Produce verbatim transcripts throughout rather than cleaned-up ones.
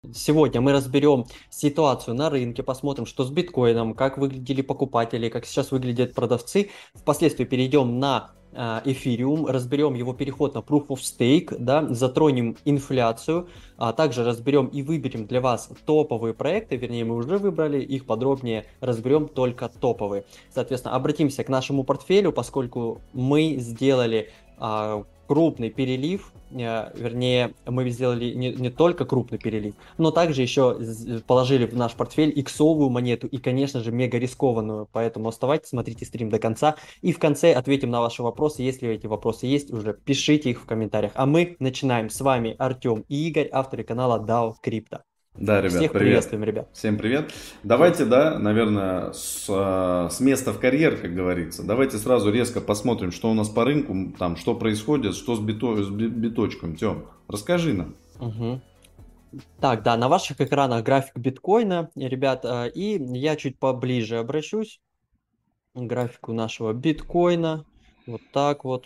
Сегодня мы разберем ситуацию на рынке, посмотрим, что с биткоином, как выглядели покупатели, как сейчас выглядят продавцы. Впоследствии перейдем на а, эфириум, разберем его переход на Proof of Stake, да, затронем инфляцию, а также разберем и выберем для вас топовые проекты, вернее, мы уже выбрали, их подробнее разберем только топовые. Соответственно, обратимся к нашему портфелю, поскольку мы сделали а, крупный перелив, э, вернее, мы сделали не, не только крупный перелив, но также еще положили в наш портфель иксовую монету и, конечно же, мега рискованную. Поэтому оставайтесь, смотрите стрим до конца. И в конце ответим на ваши вопросы. Если эти вопросы есть, уже пишите их в комментариях. А мы начинаем. С вами Артем и Игорь, авторы канала дао Crypto. Да, ребят, Всех привет. приветствуем, ребят. Всем привет. Давайте, да, наверное, с, э, с места в карьер, как говорится. Давайте сразу резко посмотрим, что у нас по рынку, там, что происходит, что с, бито, с би- биточком. Тем, расскажи нам. Мгм. Так, да, на ваших экранах график биткоина, ребят, э, и я чуть поближе обращусь к графику нашего биткоина. Вот так вот.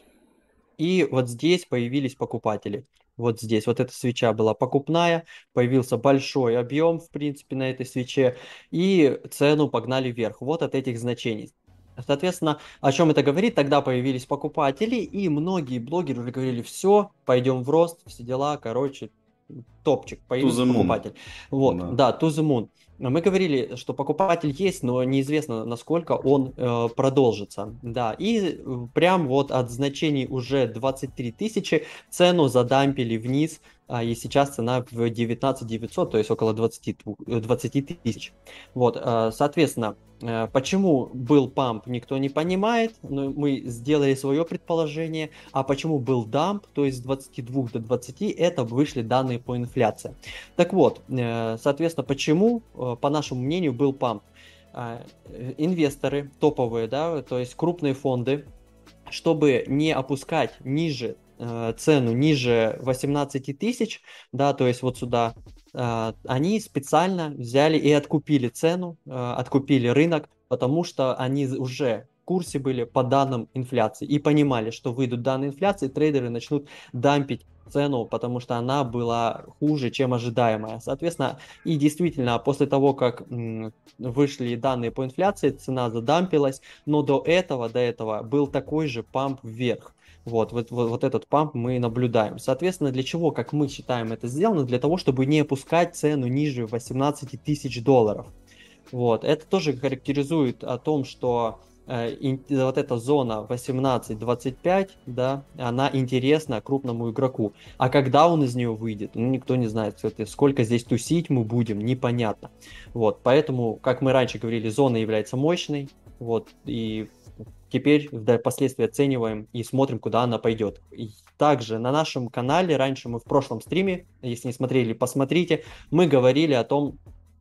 И вот здесь появились покупатели. Вот здесь. Вот эта свеча была покупная, появился большой объем, в принципе, на этой свече, и цену погнали вверх. Вот от этих значений. Соответственно, о чем это говорит? Тогда появились покупатели, и многие блогеры уже говорили, все, пойдем в рост, все дела, короче, топчик, To the появился moon. покупатель. Вот, Да. да, to the moon. Мы говорили, что покупатель есть, но неизвестно, насколько он э, продолжится. Да, и э, прям вот от значений уже двадцать три тысячи цену задампили вниз, а, и сейчас цена в девятнадцать девятьсот, то есть около двадцать, двадцать тысяч. Вот, э, соответственно, э, почему был памп, никто не понимает, но мы сделали свое предположение, а почему был дамп, то есть с двадцати двух до двадцати, это вышли данные по инфляции. Так вот, э, соответственно, почему, э, по нашему мнению, был памп? А, э, Инвесторы топовые, да, то есть крупные фонды, чтобы не опускать ниже э, цену, ниже восемнадцати тысяч, да, то есть вот сюда, э, они специально взяли и откупили цену, э, откупили рынок, потому что они уже в курсе были по данным инфляции и понимали, что выйдут данные инфляции, трейдеры начнут дампить цену, потому что она была хуже, чем ожидаемая. Соответственно, и действительно, после того, как м, вышли данные по инфляции, цена задампилась, но до этого, до этого был такой же памп вверх. Вот, вот, вот, вот этот памп мы наблюдаем. Соответственно, для чего, как мы считаем, это сделано? Для того, чтобы не опускать цену ниже восемнадцати тысяч долларов. Вот, это тоже характеризует о том, что э, ин- вот эта зона восемнадцать двадцать пять, да, она интересна крупному игроку. А когда он из нее выйдет, ну, никто не знает, кстати, сколько здесь тусить мы будем, непонятно. Вот, поэтому, как мы раньше говорили, зона является мощной, вот, и теперь впоследствии оцениваем и смотрим, куда она пойдет. И также на нашем канале, раньше мы в прошлом стриме, если не смотрели, посмотрите, мы говорили о том,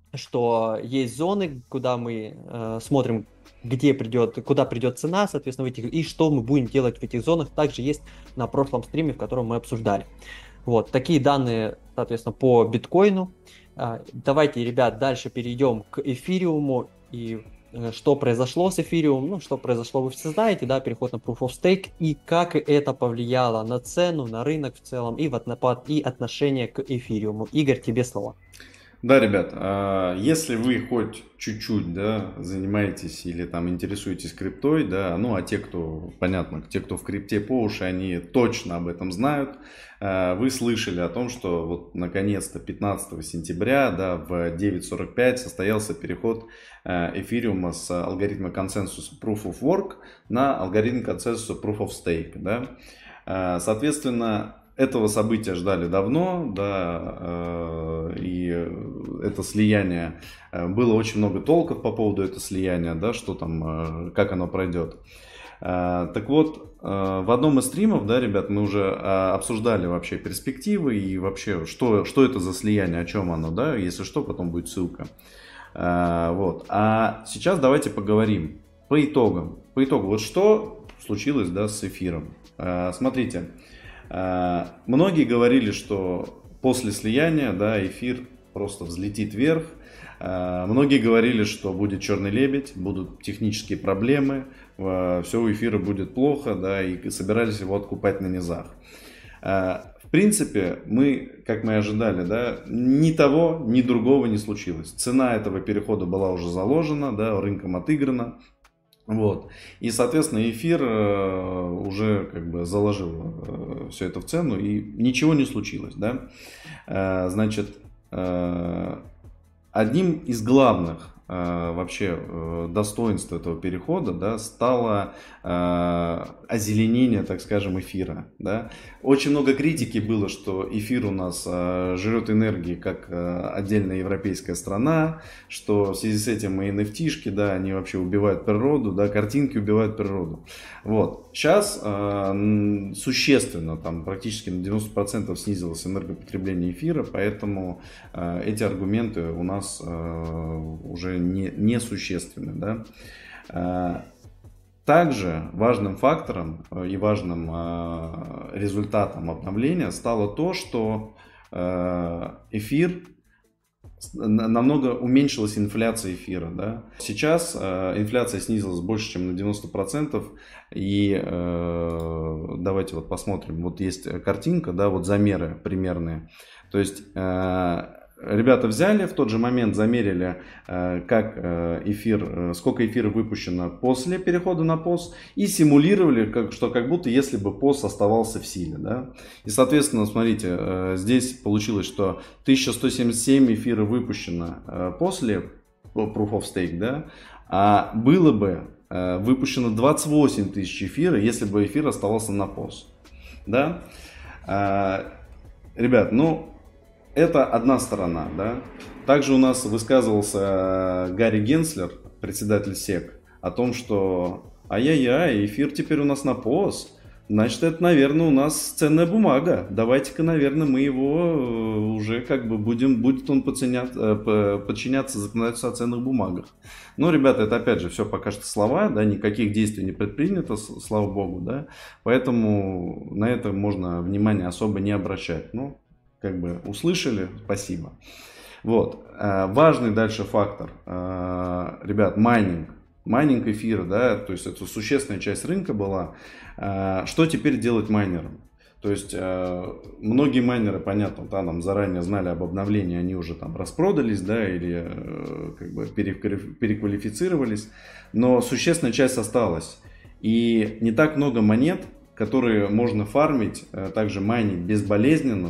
что есть зоны, куда мы э, смотрим, где придет, куда придет цена, соответственно, в этих, и что мы будем делать в этих зонах, также есть на прошлом стриме, в котором мы обсуждали. Вот, такие данные, соответственно, по биткоину. А, Давайте, ребят, дальше перейдем к эфириуму и э, что произошло с эфириумом, ну, что произошло, вы все знаете, да, переход на Proof of Stake, и как это повлияло на цену, на рынок в целом, и, в отнапад, и отношение к эфириуму. Игорь, тебе слово. Да, ребят, а, если вы хоть чуть-чуть, да, занимаетесь или там интересуетесь криптой, да, ну а те, кто, понятно, те, кто в крипте по уши, они точно об этом знают. А, Вы слышали о том, что вот наконец-то пятнадцатого сентября, да, в девять сорок пять состоялся переход а, эфириума с алгоритма консенсуса Proof of Work на алгоритм консенсуса Proof of Stake, да. А, Соответственно, этого события ждали давно, да, э, и это слияние, э, было очень много толков по поводу этого слияния, да, что там, э, как оно пройдет. Э, Так вот, э, в одном из стримов, да, ребят, мы уже э, обсуждали вообще перспективы и вообще, что, что это за слияние, о чем оно, да, если что, потом будет ссылка. Э, Вот. А сейчас давайте поговорим по итогам. По итогу, вот что случилось, да, с эфиром. Э, Смотрите. А, Многие говорили, что после слияния, да, эфир просто взлетит вверх. А, Многие говорили, что будет черный лебедь, будут технические проблемы, все у эфира будет плохо, да, и собирались его откупать на низах. А, В принципе, мы, как мы и ожидали, да, ни того, ни другого не случилось. Цена этого перехода была уже заложена, да, рынком отыграна. Вот. И, соответственно, эфир э, уже как бы заложил э, все это в цену, и ничего не случилось. Да? Э, значит, э, одним из главных э, вообще э, достоинств этого перехода, да, стало э, озеленение, так скажем, эфира. Да? Очень много критики было, что эфир у нас э, жрет энергии как э, отдельная европейская страна, что в связи с этим и эн эф ти-шки, да, они вообще убивают природу, да, картинки убивают природу. Вот. Сейчас э, существенно, там практически на девяносто процентов снизилось энергопотребление эфира, поэтому э, эти аргументы у нас э, уже не, не существенны. Да? Э, Также важным фактором и важным результатом обновления стало то, что эфир, намного уменьшилась инфляция эфира. Да? Сейчас инфляция снизилась больше, чем на девяносто процентов. И давайте вот посмотрим. Вот есть картинка, да, вот замеры примерные. То есть ребята взяли в тот же момент, замерили, как эфир, сколько эфира выпущено после перехода на пос, и симулировали, как, что как будто если бы пос оставался в силе. Да? И, соответственно, смотрите, здесь получилось, что тысяча сто семьдесят семь эфира выпущено после Proof of Stake, да? А было бы выпущено двадцать восемь тысяч эфира, если бы эфир оставался на пос. Да? Ребят, ну... Это одна сторона, да. Также у нас высказывался Гарри Генслер, председатель сек, о том, что ай-яй-яй, эфир теперь у нас на пос, значит, это, наверное, у нас ценная бумага. Давайте-ка, наверное, мы его уже как бы будем, будет он подчиняться, подчиняться законодательству о ценных бумагах. Но, ребята, это опять же все пока что слова, да, никаких действий не предпринято, слава богу, да. Поэтому на это можно внимание особо не обращать. Ну, как бы услышали, спасибо. Вот. Важный дальше фактор, ребят, майнинг. Майнинг эфира, да, то есть это существенная часть рынка была. Что теперь делать майнерам? То есть многие майнеры, понятно, да, нам заранее знали об обновлении, они уже там распродались, да, или как бы переквалифицировались, но существенная часть осталась. И не так много монет, которые можно фармить, также майнить безболезненно,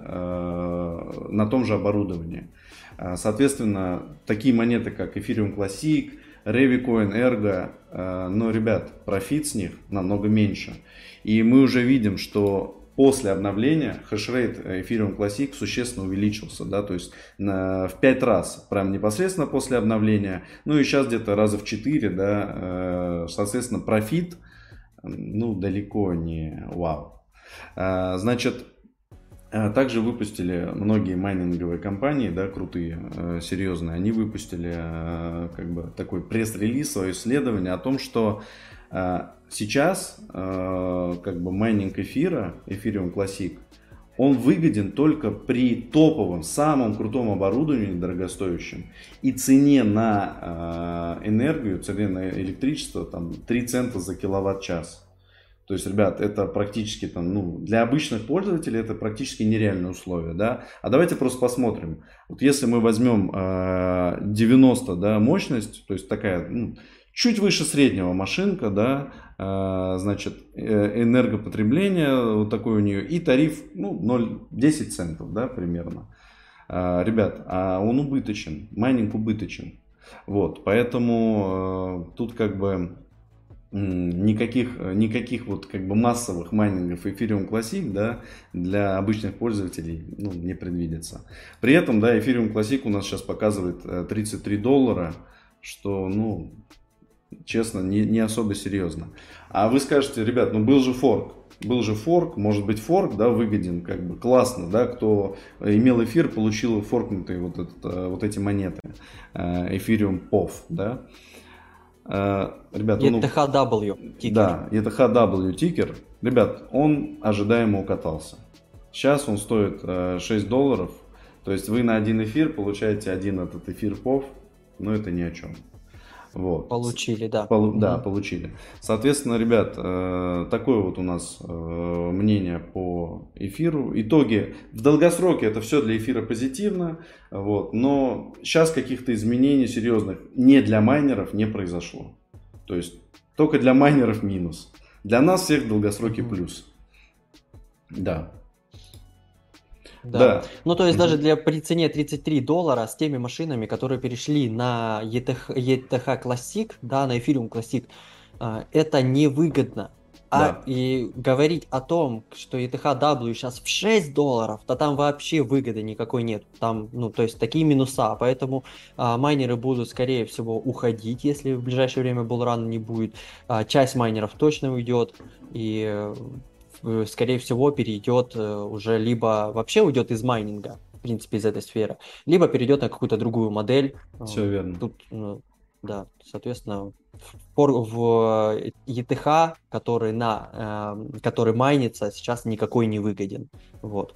да, на том же оборудовании. Соответственно, такие монеты, как Ethereum Classic, Revicoin, Ergo, но, ребят, профит с них намного меньше. И мы уже видим, что после обновления хешрейт Ethereum Classic существенно увеличился, да, то есть на, в пять раз, прям непосредственно после обновления, ну и сейчас где-то раза в четыре, да, соответственно, профит, ну, далеко не вау. Значит, также выпустили многие майнинговые компании, да, крутые, серьезные, они выпустили как бы такой пресс-релиз, свое исследование о том, что сейчас как бы майнинг эфира, Ethereum Classic, он выгоден только при топовом, самом крутом оборудовании, дорогостоящем, и цене на э, энергию, цене на электричество, там, три цента за киловатт-час. То есть, ребят, это практически, там, ну, для обычных пользователей это практически нереальные условия. Да? А давайте просто посмотрим. Вот если мы возьмем э, девяносто, да, мощность, то есть такая, ну, чуть выше среднего машинка, да, э, значит, энергопотребление вот такое у нее, и тариф, ну, ноль целых десять центов, да, примерно. Э, ребят, а он убыточен, майнинг убыточен. Вот, поэтому э, тут как бы никаких, никаких вот как бы массовых майнингов Ethereum Classic, да, для обычных пользователей, ну, не предвидится. При этом, да, Ethereum Classic у нас сейчас показывает тридцать три доллара, что, ну, честно, не, не особо серьезно. А вы скажете, ребят, ну был же форк, был же форк, может быть форк, да, выгоден, как бы классно, да, кто имел эфир, получил форкнутые вот, этот, вот эти монеты, Ethereum пов, да. Ребят, он, и ти эйч дабл ю тикер. Да, и ти эйч дабл ю тикер. Ребят, он ожидаемо укатался. Сейчас он стоит шесть долларов. То есть вы на один эфир получаете один этот эфир пов. Но это ни о чем. Вот. Получили, да. Полу- да, Мгм. получили. Соответственно, ребят, э, такое вот у нас э, мнение по эфиру. Итоги в долгосроке это все для эфира позитивно, вот, но сейчас каких-то изменений серьезных не для майнеров не произошло. То есть только для майнеров минус. Для нас всех в долгосроке Мгм. плюс. Да. Да. Да. Ну, то есть даже Мгм. для при цене тридцать три доллара с теми машинами, которые перешли на E T H, E T H Classic, да, на Ethereum Classic, а, это невыгодно. А Да. и говорить о том, что E T H W сейчас в шесть долларов, то там вообще выгоды никакой нет. Там, ну, то есть такие минуса. Поэтому а, майнеры будут, скорее всего, уходить, если в ближайшее время булрана не будет. А, часть майнеров точно уйдет. И э, э, скорее всего, перейдет э, уже либо вообще уйдет из майнинга, в принципе, из этой сферы, либо перейдет на какую-то другую модель. Все Ам, верно. Тут, ну, да, соответственно, в, пор- в E T H, который, на, эм, который майнится, сейчас никакой не выгоден. Вот.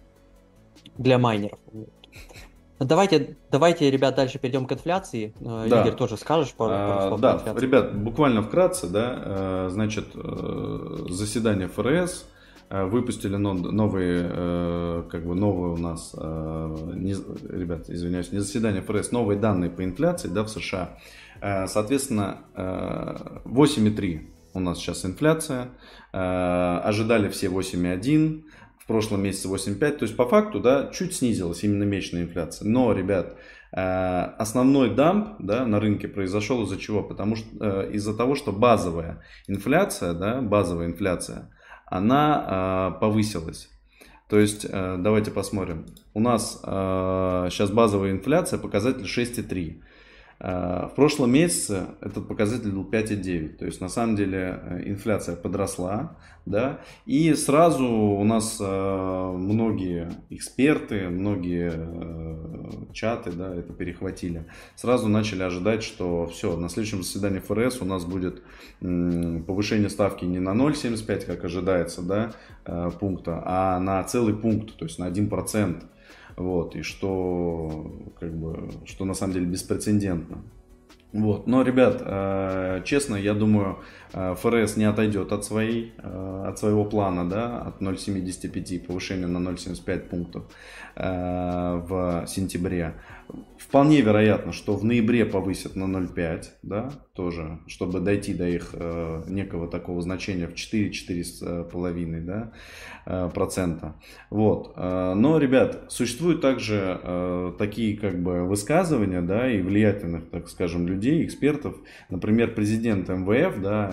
Для майнеров. Вот. Давайте, давайте, ребят, дальше перейдем к инфляции. Э, Игорь, Да. тоже скажешь пару, пару А, слов по да, инфляции? ребят, буквально вкратце, да, э, значит, э, заседание эф эр эс, э, выпустили но- новые, э, как бы новые у нас, э, не- ребят, извиняюсь, не заседание эф эр эс, новые данные по инфляции, да, в США. Э, Соответственно, э, восемь и три у нас сейчас инфляция, э, ожидали все восемь и один, в прошлом месяце восемь и пять, то есть по факту, да, чуть снизилась именно месячная инфляция. Но, ребят, э, основной дамп, да, на рынке произошел из-за чего? Потому что э, из-за того, что базовая инфляция, да, базовая инфляция, она э, повысилась. То есть, э, давайте посмотрим. У нас э, сейчас базовая инфляция, показатель шесть и три. Э, В прошлом месяце этот показатель был пять и девять. То есть на самом деле э, инфляция подросла, да, и сразу у нас э, многие эксперты, многие э, чаты, да, это перехватили. Сразу начали ожидать, что все, на следующем заседании эф эр эс у нас будет м, повышение ставки не на ноль целых семьдесят пять, как ожидается, да, э, пункта, а на целый пункт, то есть на один процент. Вот, и что, как бы, что на самом деле беспрецедентно. Вот. Но, ребят, э, честно, я думаю, э, эф эр эс не отойдет от, своей, э, от своего плана, да, от ноль целых семьдесят пять, повышения на ноль целых семьдесят пять пунктов э, в сентябре. Вполне вероятно, что в ноябре повысят на ноль целых пять, да, тоже, чтобы дойти до их э, некого такого значения в четыре-четыре с половиной, да, э, процента. Вот. Э, Но, ребят, существуют также э, такие как бы высказывания, да, и влиятельных, так скажем, людей, экспертов. Например, президент эм вэ эф, да,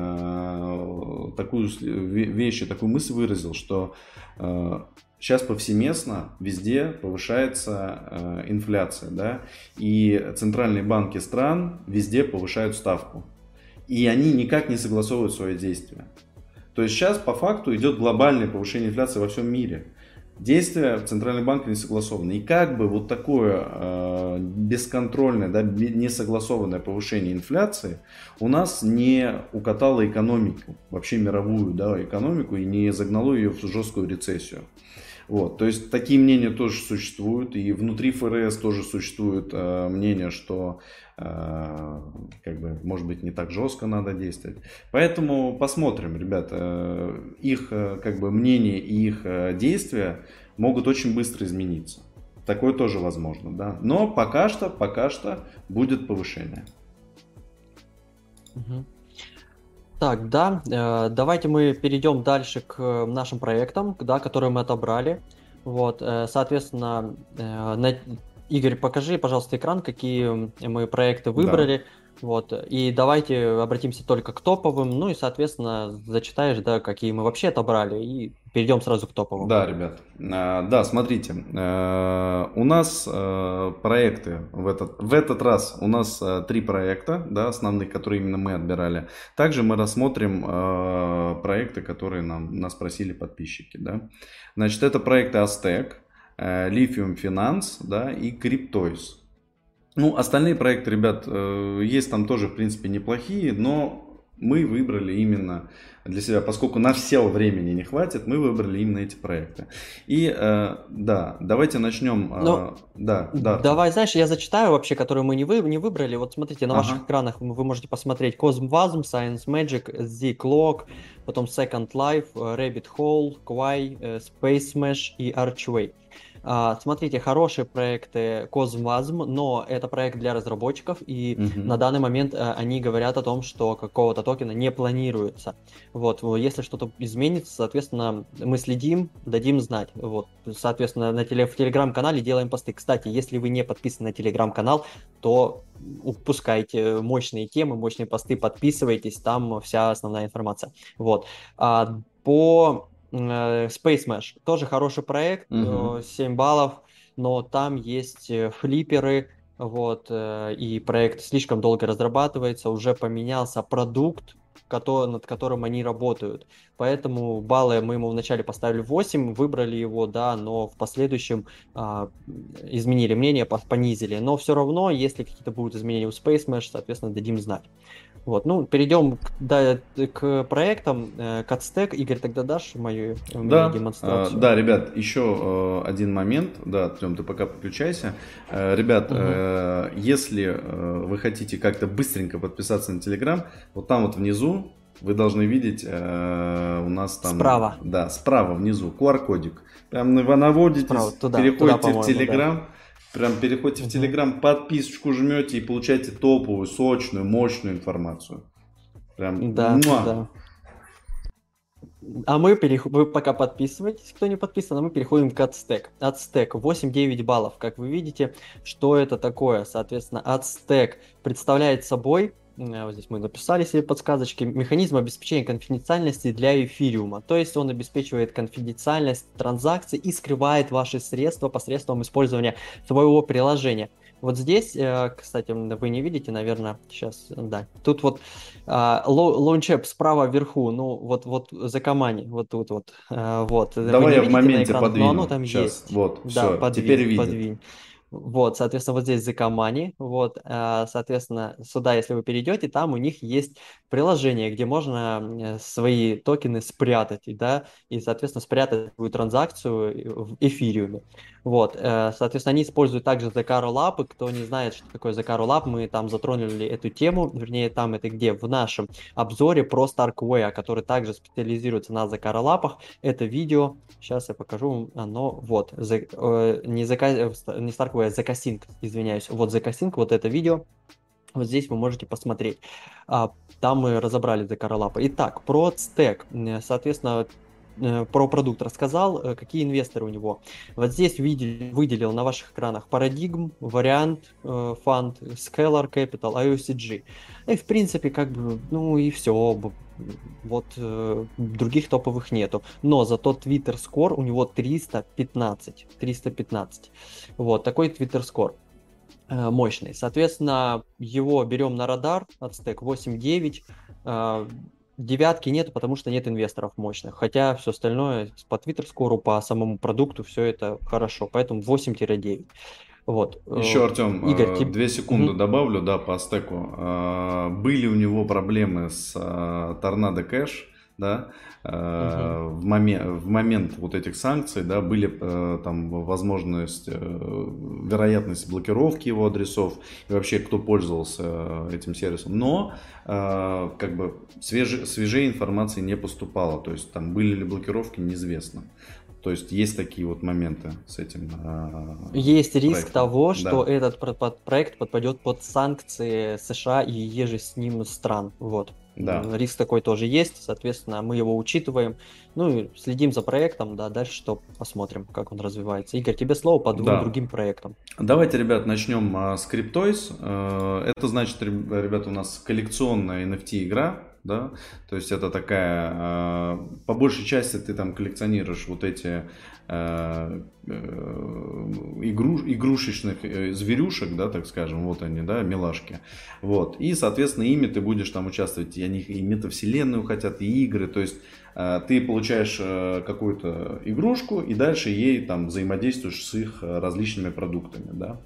э, такую вещь, такую мысль выразил, что э, сейчас повсеместно везде повышается э, инфляция, да, и центральные банки стран везде повышают ставку. И они никак не согласовывают свои действия. То есть сейчас по факту идет глобальное повышение инфляции во всем мире. Действия Центрального банка не согласованы. И как бы вот такое э, бесконтрольное, да, несогласованное повышение инфляции у нас не укатало экономику, вообще мировую, да, экономику, и не загнало ее в жесткую рецессию. Вот, то есть такие мнения тоже существуют, и внутри эф эр эс тоже существует э, мнение, что э, как бы, может быть, не так жестко надо действовать. Поэтому посмотрим, ребята, э, их э, как бы мнение и их э, действия могут очень быстро измениться. Такое тоже возможно, да. Но пока что, пока что будет повышение. Мгм. Так, да, э, давайте мы перейдем дальше к э, нашим проектам, да, которые мы отобрали. Вот, э, соответственно, э, на- Игорь, покажи, пожалуйста, экран, какие мы проекты Да. выбрали. Вот, и давайте обратимся только к топовым, ну и, соответственно, зачитаешь, да, какие мы вообще отобрали, и перейдем сразу к топовым. Да, ребят. А, Да, смотрите, э, у нас э, проекты в этот, в этот раз у нас э, три проекта, да, основных, которые именно мы отбирали. Также мы рассмотрим э, проекты, которые нам, нас просили подписчики, да. Значит, это проекты Aztec, э, Lithium Finance, да, и Cryptoys. Ну, остальные проекты, ребят, э, есть там тоже, в принципе, неплохие, но мы выбрали именно для себя, поскольку на все времени не хватит, мы выбрали именно эти проекты. И э, да, давайте начнем. Э, Ну, да, да. давай, знаешь, я зачитаю вообще, которые мы не, вы, не выбрали. Вот смотрите, на ваших Ага. экранах вы можете посмотреть Cosmwasm, Science Magic, Z-Clock, потом Second Life, э, Rabbit Hole, Quai, э, Space Smash и Archway. А, смотрите, хорошие проекты Cosmwasm, но это проект для разработчиков, и Мгм. на данный момент а, они говорят о том, что какого-то токена не планируется. Вот, во- если что-то изменится, соответственно, мы следим, дадим знать. Вот, соответственно, на теле- в телеграм-канале делаем посты. Кстати, если вы не подписаны на телеграм-канал, то упускайте мощные темы, мощные посты, подписывайтесь, там вся основная информация. Вот. А, по э, Space Mesh тоже хороший проект, Мгм. э, семь баллов, но там есть э, флиперы, вот, э, и проект слишком долго разрабатывается, уже поменялся продукт, кото- над которым они работают. Поэтому баллы мы ему вначале поставили восемь, выбрали его, да, но в последующем а, изменили мнение, по- понизили. Но все равно, если какие-то будут изменения у Space Mesh, соответственно, дадим знать. Вот, ну, перейдем к, да, к проектам. Э, CatStack. Игорь, тогда дашь мою Да, э, мини-демонстрацию? да, ребят, еще э, один момент, да, Артем, ты пока подключайся. Э, Ребят, Мгм. э, если э, вы хотите как-то быстренько подписаться на Телеграм, вот там вот внизу вы должны видеть, э, у нас там, Справа. да, справа внизу ку ар-кодик. Прям вы наводитесь, Справа, туда, туда, переходите в по-моему, да. Телеграм, прям переходите в Мгм. Телеграм, подписочку жмете и получаете топовую, сочную, мощную информацию. Прям, Да, муа. да. А мы переходим, вы пока подписываетесь, кто не подписан, а мы переходим к AdStack. AdStack восемь-девять баллов. Как вы видите, что это такое? Соответственно, AdStack представляет собой, э, вот здесь мы написали себе подсказочки, механизм обеспечения конфиденциальности для эфириума. То есть он обеспечивает конфиденциальность транзакций и скрывает ваши средства посредством использования своего приложения. Вот здесь, э, кстати, вы не видите, наверное, сейчас, да. Тут вот а, лаунчеп справа вверху, ну вот вот за комани, вот тут вот, а, вот. Вы Давай не я в видите на моменте экранах, но оно подвину. там Сейчас, есть. вот, Да, все, теперь подвинь, видит. подвинь. Вот, соответственно, вот здесь за комани, вот, а, соответственно, сюда, если вы перейдете, там у них есть приложение, где можно э, свои токены спрятать, и, да, и, соответственно, спрятать свою транзакцию в эфириуме. Вот, э, соответственно, они используют также Zcaro Lab, и кто не знает, что такое Zcaro Lab, мы там затронули эту тему, вернее, там это где, в нашем обзоре про Starkware, который также специализируется на Zcaro Lab'ах. Это видео, сейчас я покажу вам, оно, вот, The- э, не, Zca- э, не Starkware, а Zcasync, извиняюсь, вот Zcasync, вот это видео, вот здесь вы можете посмотреть. А, там мы разобрали Zcaro Lab. Итак, про стек, э, соответственно, э, про продукт рассказал, э, какие инвесторы у него. Вот здесь видели, выделил на ваших экранах Paradigm, Вариант, э, Fund, Scalar Capital, ай о си джи. И в принципе, как бы, ну и все. Вот э, других топовых нету. Но зато Twitter Score у него триста пятнадцать. триста пятнадцать. Вот, такой Twitter Score э, мощный. Соответственно, его берем на радар от стек восемь-девять. Э, девятки нет, потому что нет инвесторов мощных. Хотя все остальное по Twitter скору, по самому продукту, все это хорошо. Поэтому восемь-девять. Вот. Еще, Э, Артем, Игорь, э, тебе... две секунды добавлю, да, по стеку. Э, Были у него проблемы с э, Tornado Cash, да, э, в момент, в момент вот этих санкций, да, были э, там возможность, э, вероятность блокировки его адресов и вообще кто пользовался э, этим сервисом. Но э, как бы свеже, свежей информации не поступало, то есть там были ли блокировки, неизвестно. То есть есть такие вот моменты с этим. э, Есть риск проектом. того, что Да. этот про- под- проект подпадет под санкции США и еже с ним стран. Вот. Да. М, Риск такой тоже есть, соответственно, мы его учитываем. Ну и следим за проектом, да, дальше что посмотрим, как он развивается. Игорь, тебе слово по двум Да. другим проектам. Давайте, ребят, начнем а, с Cryptoys. Э, Это значит, реб- ребята, у нас коллекционная эн эф ти-игра, да, то есть это такая, э, по большей части ты там коллекционируешь вот эти э, э, игру, игрушечных э, зверюшек, да, так скажем, вот они, да, милашки, вот, и, соответственно, ими ты будешь там участвовать, и они и метавселенную хотят, и игры, то есть Э, Ты получаешь э, какую-то игрушку и дальше ей там взаимодействуешь с их э, различными продуктами, да.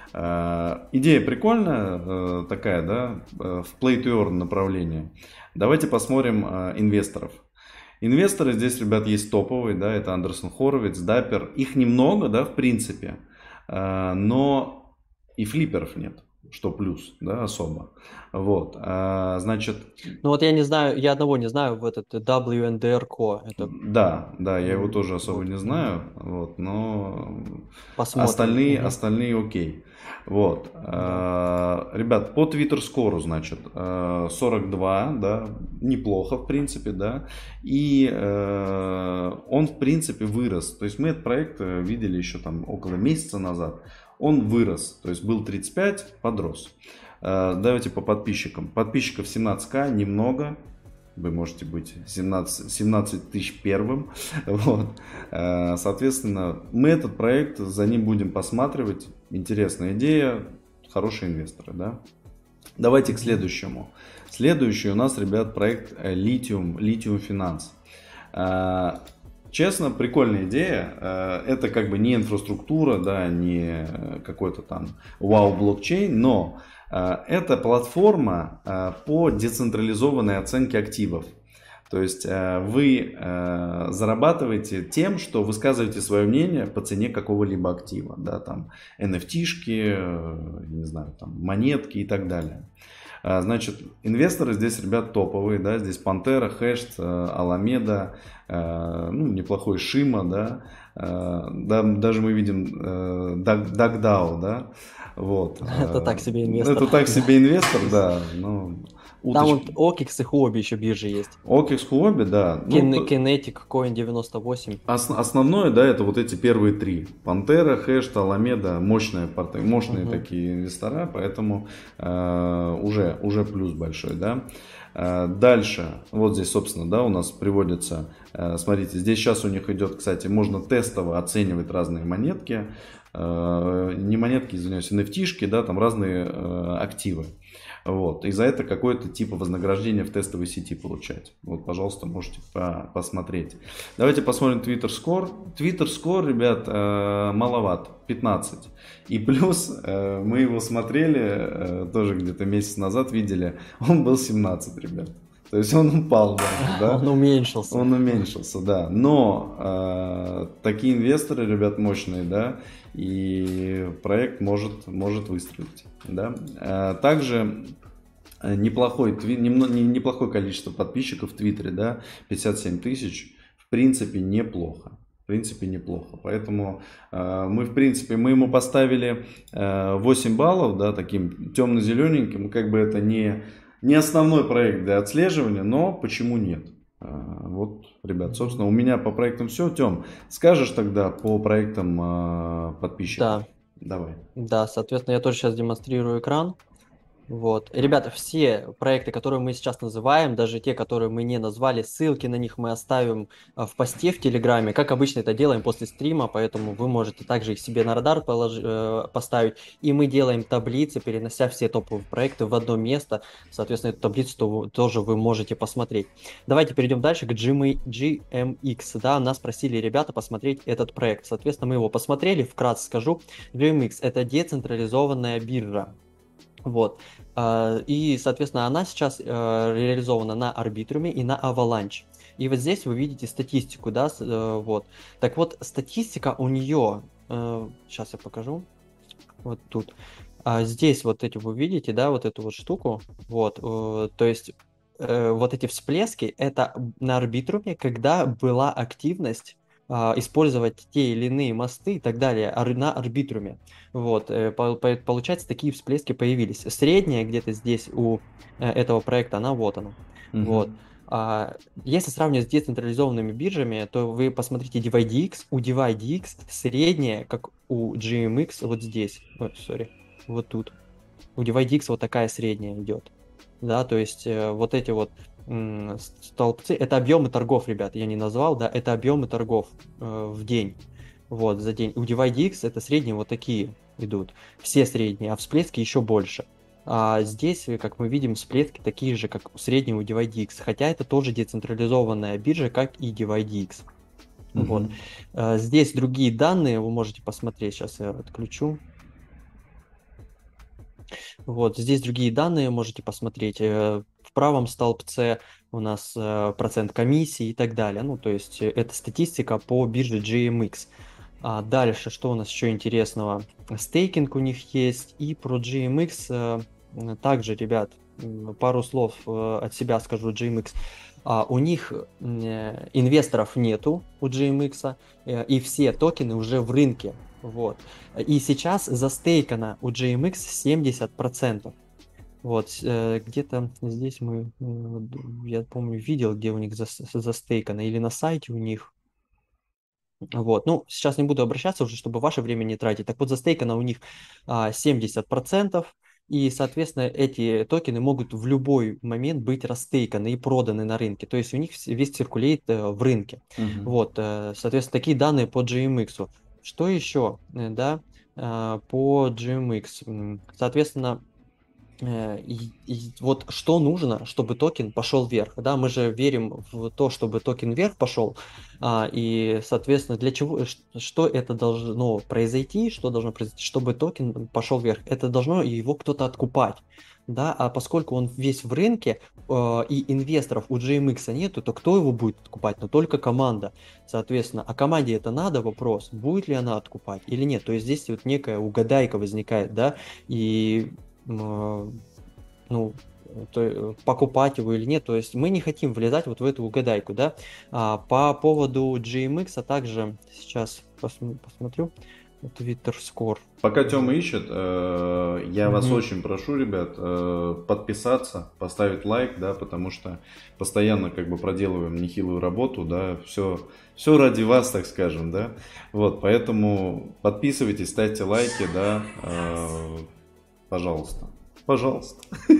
Э, Идея прикольная, э, такая, да, э, в play to earn направлении. Давайте посмотрим э, инвесторов. Инвесторы здесь, ребят, есть топовые, да, это Андерсон Хоровиц, Даппер. Их немного, да, в принципе, э, но и флипперов нет, что плюс, да, особо. Вот, э, значит, Ну вот я не знаю, я одного не знаю, в этот дабл ю эн ди ар Co. Это да, да, я его м, тоже особо вот. не Мгм. знаю, вот, но Посмотрим. остальные, Мгм. остальные окей. Вот, Да. э, ребят, по Twitter скору, значит, э, сорок два, да, неплохо, в принципе, да, и э, он, в принципе, вырос, то есть мы этот проект э, видели еще там около месяца назад, он вырос, то есть был тридцать пять, подрос. Э, Давайте по подписчикам. Подписчиков семнадцать тысяч, немного, вы можете быть семнадцать, семнадцать тысяч первым. Вот. Э, Соответственно, мы этот проект, за ним будем посматривать. Интересная идея, хорошие инвесторы, да? Давайте к Мгм. следующему. Следующий у нас, ребят, проект э, Lithium, Lithium Finance. Э, Честно, прикольная идея. Э, Это как бы не инфраструктура, да, не э, какой-то там вау-блокчейн, но э, это платформа э, по децентрализованной оценке активов. То есть э, вы э, зарабатываете тем, что высказываете свое мнение по цене какого-либо актива, да, там эн эф ти-шки, э, не знаю, там монетки и так далее. А, Значит, инвесторы здесь, ребят, топовые, да, здесь Пантера, Хэшт, Аламеда, э, ну, неплохой Шима, да, э, да, даже мы видим э, Даг- Дагдау, да, вот. Это э, так себе инвестор. Это так Да. себе инвестор, да, ну, Там вот уточки. Окикс и Huobi еще биржи есть. Окекс Хуоби, да, ну, Kin- то- Kinetic, Coin девяносто восемь. ос- основное, да, это вот эти первые три. Пантера, Хэшт, Аламеда, мощные, порты- мощные Мгм. такие инвестора, поэтому э, уже, уже плюс большой, да. Э, Дальше, вот здесь, собственно, да, у нас приводится, э, смотрите, здесь сейчас у них идет, кстати, можно тестово оценивать разные монетки, э, не монетки, извиняюсь, эн эф ти-шки, да, там разные э, активы. Вот. И за это какое-то типа вознаграждение в тестовой сети получать. Вот, пожалуйста, можете по- посмотреть. Давайте посмотрим Twitter Score. Twitter Score, ребят, э, маловат, пятнадцать. И плюс э, мы его смотрели, э, тоже где-то месяц назад видели, он был семнадцать, ребят. То есть он упал даже, Он да? уменьшился. Он уменьшился, да. Но э, такие инвесторы, ребят, мощные, да, и проект может, может выстрелить, да. Э, также э, неплохой, тви- немно- не- неплохое количество подписчиков в Твиттере, да, пятьдесят семь тысяч, в принципе, неплохо. В принципе, неплохо. Поэтому э, мы, в принципе, мы ему поставили э, восемь баллов, да, таким темно-зелененьким. Как бы это не, не основной проект для отслеживания, но почему нет? А, Вот, ребят, Мгм. собственно, у меня по проектам все. Тем, скажешь тогда по проектам а, подписчиков? Да, Давай. да, соответственно, я тоже сейчас демонстрирую экран. Вот. Ребята, все проекты, которые мы сейчас называем, даже те, которые мы не назвали, ссылки на них мы оставим а, в посте в Телеграме. Как обычно это делаем после стрима, поэтому вы можете также их себе на радар положи- э, поставить. И мы делаем таблицы, перенося все топовые проекты в одно место. Соответственно, эту таблицу то вы- тоже вы можете посмотреть. Давайте перейдем дальше к G M G M X. Да, нас просили ребята посмотреть этот проект. Соответственно, мы его посмотрели. Вкратце скажу. G M X — это децентрализованная биржа. Вот. А, И, соответственно, она сейчас э, реализована на Arbitrum и на Avalanche. И вот здесь вы видите статистику, да, с- э, вот. Так вот, статистика у нее, сейчас я покажу, вот тут. А здесь вот эти вы видите, да, вот эту вот штуку, вот, э, то есть э, вот эти всплески, это на арбитруме, когда была активность а, использовать те или иные мосты и так далее ар- на арбитруме. Вот, э, по- по- получается, такие всплески появились. Средняя где-то здесь у э, этого проекта, она вот она. Вот. Мгм. А, если сравнивать с децентрализованными биржами, то вы посмотрите ди вай ди экс. У ди вай ди экс средняя, как у джи эм икс, вот здесь. Ой, сори. Вот тут. У ди вай ди экс вот такая средняя идет. Да, то есть э, вот эти вот м, с- столбцы, это объемы торгов, ребят, я не назвал, да, это объемы торгов э, в день. Вот, за день. У ди вай ди экс это средние вот такие идут. Все средние, а всплески еще больше. А здесь, э, как мы видим, всплески такие же, как у среднего ди вай ди экс, хотя это тоже децентрализованная биржа, как и ди вай ди экс. Вот. Мгм. А, Здесь другие данные вы можете посмотреть. Сейчас я отключу. Вот, здесь другие данные можете посмотреть. Э, В правом столбце у нас э, процент комиссии и так далее. Ну, то есть э, это статистика по бирже джи эм экс. А дальше, что у нас еще интересного? Стейкинг у них есть. И про джи эм экс э, м, также, ребят, м, пару слов э, от себя скажу. джи эм экс. А, у них э, инвесторов нету у джи эм экс, э, и все токены уже в рынке. Вот. И сейчас застейкано у джи эм экс семьдесят процентов. Вот, э, где-то здесь мы, э, я помню, видел, где у них зас- застейкано, или на сайте у них. Вот, ну, сейчас не буду обращаться уже, чтобы ваше время не тратить. Так вот, застейкано у них а, семьдесят процентов, и, соответственно, эти токены могут в любой момент быть растейканы и проданы на рынке. То есть у них вс- весь циркулейт э, в рынке. Мгм. Вот, э, соответственно, такие данные по джи эм экс. Что еще, э, да, а, по джи эм экс? М, Соответственно, Э, и, и вот что нужно, чтобы токен пошел вверх, да, мы же верим в то, чтобы токен вверх пошел, а, и, соответственно, для чего, ш- что это должно произойти, что должно произойти, чтобы токен пошел вверх, это должно его кто-то откупать, да, а поскольку он весь в рынке, э, и инвесторов у джи эм экс нету, то кто его будет откупать? Но только команда, соответственно, а команде это надо, вопрос, будет ли она откупать или нет, то есть здесь вот некая угадайка возникает, да, и м, ну, то, э, покупать его или нет. То есть мы не хотим влезать вот в эту угадайку, да. А, по поводу джи эм экс, а также сейчас посм- посмотрю Twitter Score. Пока Тёма Вот. ищет, э, я вас Мгм. очень прошу, ребят, э, подписаться, поставить лайк, да, потому что постоянно как бы проделываем нехилую работу, да, все, все ради вас, так скажем, да. Вот, поэтому подписывайтесь, ставьте лайки, да, э, пожалуйста, пожалуйста.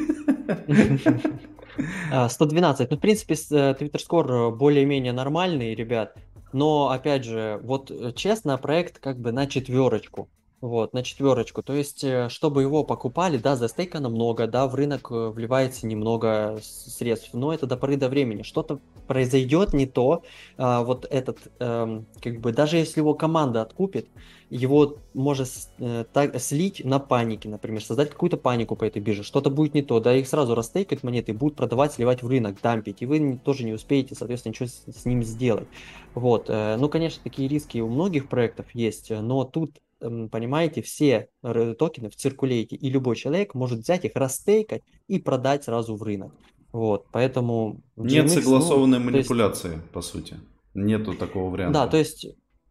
А, сто двенадцать. Ну, в принципе, с, э, Twitter Score э, более-менее нормальный, ребят. Но, опять же, вот э, честно, проект как бы на четверочку. Вот, на четверочку. То есть, э, чтобы его покупали, да, застейкано много, да, в рынок э, вливается немного с- средств, но это до поры до времени. Что-то произойдет не то, а, вот этот, эм, как бы, даже если его команда откупит, его может с- э, так, слить на панике, например, создать какую-то панику по этой бирже, что-то будет не то, да, их сразу растейкают монеты, и будут продавать, сливать в рынок, дампить, и вы не- тоже не успеете, соответственно, ничего с, с ним сделать. Вот, э, ну, конечно, такие риски у многих проектов есть, э, но тут, эм, понимаете, все р- токены в циркулейте, и любой человек может взять их, растейкать и продать сразу в рынок. Вот, поэтому Нет джи эм экс, ну, согласованной то есть, манипуляции, по сути. Нету такого да, варианта. то есть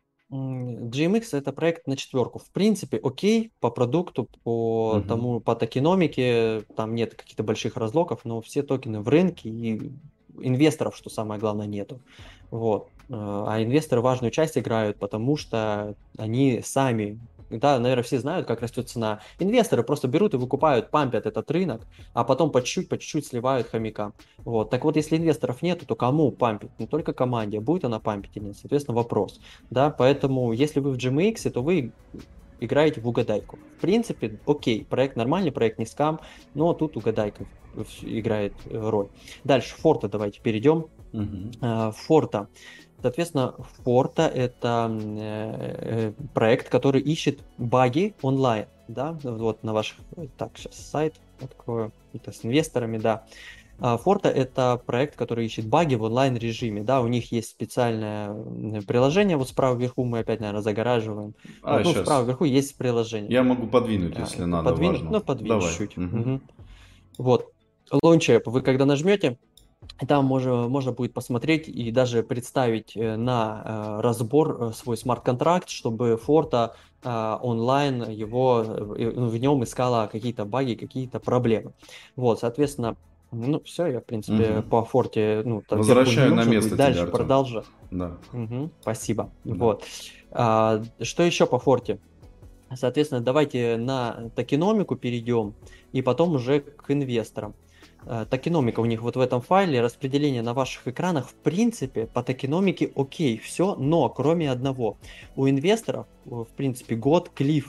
М, джи эм экс это проект на четверку. В принципе, окей, по продукту, по Мгм. тому, по токеномике, там нет каких-то больших разлоков, но все токены в рынке и инвесторов, что самое главное, нету. Вот. Э, А инвесторы важную часть играют, потому что они сами, да, наверное, все знают, как растет цена. Инвесторы просто берут и выкупают, пампят этот рынок, а потом по чуть-чуть, по чуть-чуть сливают хомякам. Вот. Так вот, если инвесторов нету, то кому пампить? Не только команде, а будет она пампить или нет? Соответственно, вопрос. Да, поэтому если вы в джи эм экс, то вы играете в угадайку. В принципе, окей, проект нормальный, проект не скам, но тут угадайка в- в- играет э, роль. Дальше, Форта давайте перейдем. Мгм. А, Форта. Соответственно, Форта это м, э, э, проект, который ищет баги онлайн, да, вот на ваших, э, так, сейчас сайт открою, это с инвесторами, да. А, Форта это проект, который ищет баги в онлайн режиме, да, у них есть специальное м, приложение, вот справа вверху мы опять, наверное, загораживаем, А, вот, ну, сейчас. справа вверху есть приложение. Я могу подвинуть, А, если надо, подвинуть, важно. ну, подвинь Давай. чуть-чуть. Мгм. Мгм. Вот, Launch App вы когда нажмете, там можно, можно будет посмотреть и даже представить э, на э, разбор э, свой смарт-контракт, чтобы Форта э, онлайн его, э, э, в нем искала какие-то баги, какие-то проблемы. Вот, соответственно, ну, все, я, в принципе, Мгм. по Форте, ну, так, тех, кому не Возвращаю на нужно будет, место тебя, дальше Артем. продолжу. Да, Мгм, спасибо. да. Вот. А, что еще по Форте? Соответственно, давайте на токеномику перейдем и потом уже к инвесторам. Э, Токеномика у них вот в этом файле, распределение на ваших экранах, в принципе, по токеномике окей, все, но кроме одного. У инвесторов, э, в принципе, год клифа.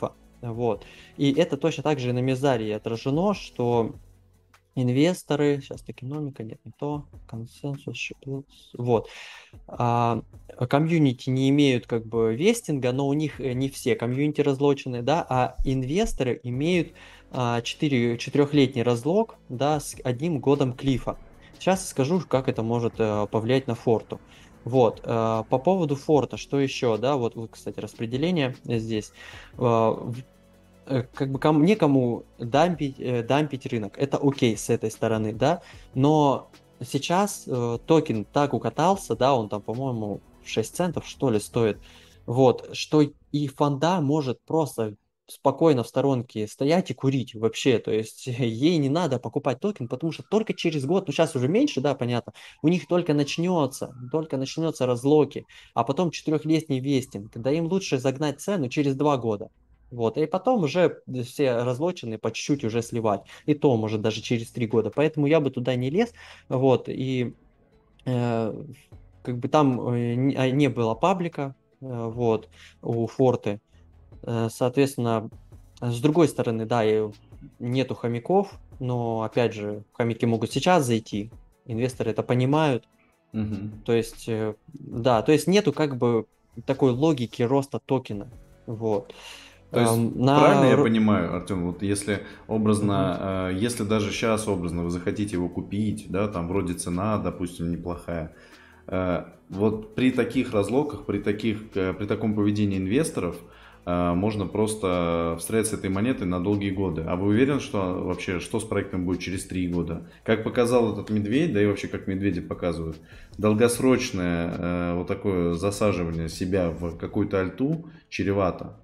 Вот. И это точно так же и на Мезарии отражено, что инвесторы, сейчас токеномика, нет, не то, консенсус, щиплс, вот, а, комьюнити не имеют как бы вестинга, но у них э, не все комьюнити разлочены, да, а инвесторы имеют а, четыре, четырехлетний разлог, да, с одним годом клифа. Сейчас я скажу, как это может э, повлиять на форту. Вот, э, по поводу форта, что еще, да, вот, вот, кстати, распределение здесь. Э, э, как бы кому, некому дампить, э, дампить рынок. Это окей с этой стороны, да. Но сейчас э, токен так укатался, да, он там, по-моему, шесть центов, что ли, стоит. Вот, что и фонда может просто спокойно в сторонке стоять и курить вообще. То есть ей не надо покупать токен, потому что только через год, ну сейчас уже меньше, да, понятно, у них только начнется, только начнется разлоки, а потом четырехлетний вестинг, когда им лучше загнать цену через два года. Вот, и потом уже все разлоченные по чуть-чуть уже сливать. И то, может, даже через три года. Поэтому я бы туда не лез. Вот, и э, как бы там э, не, а, не было паблика, э, вот, у Форты. Э, соответственно, с другой стороны, да, и нету хомяков, но, опять же, хомяки могут сейчас зайти. Инвесторы это понимают. Мгм. То есть, э, да, то есть нету как бы такой логики роста токена. Вот. То есть, Эм, правильно На... я р- понимаю, Артем, вот если Мгм. образно, э, если даже сейчас образно вы захотите его купить, да, там вроде цена, допустим, неплохая, э, вот при таких разлоках, при таких, э, при таком поведении инвесторов, э, можно просто встрять с этой монетой на долгие годы. А вы уверены, что вообще, что с проектом будет через три года? Как показал этот медведь, да и вообще как медведи показывают, долгосрочное э, вот такое засаживание себя в какую-то альту чревато.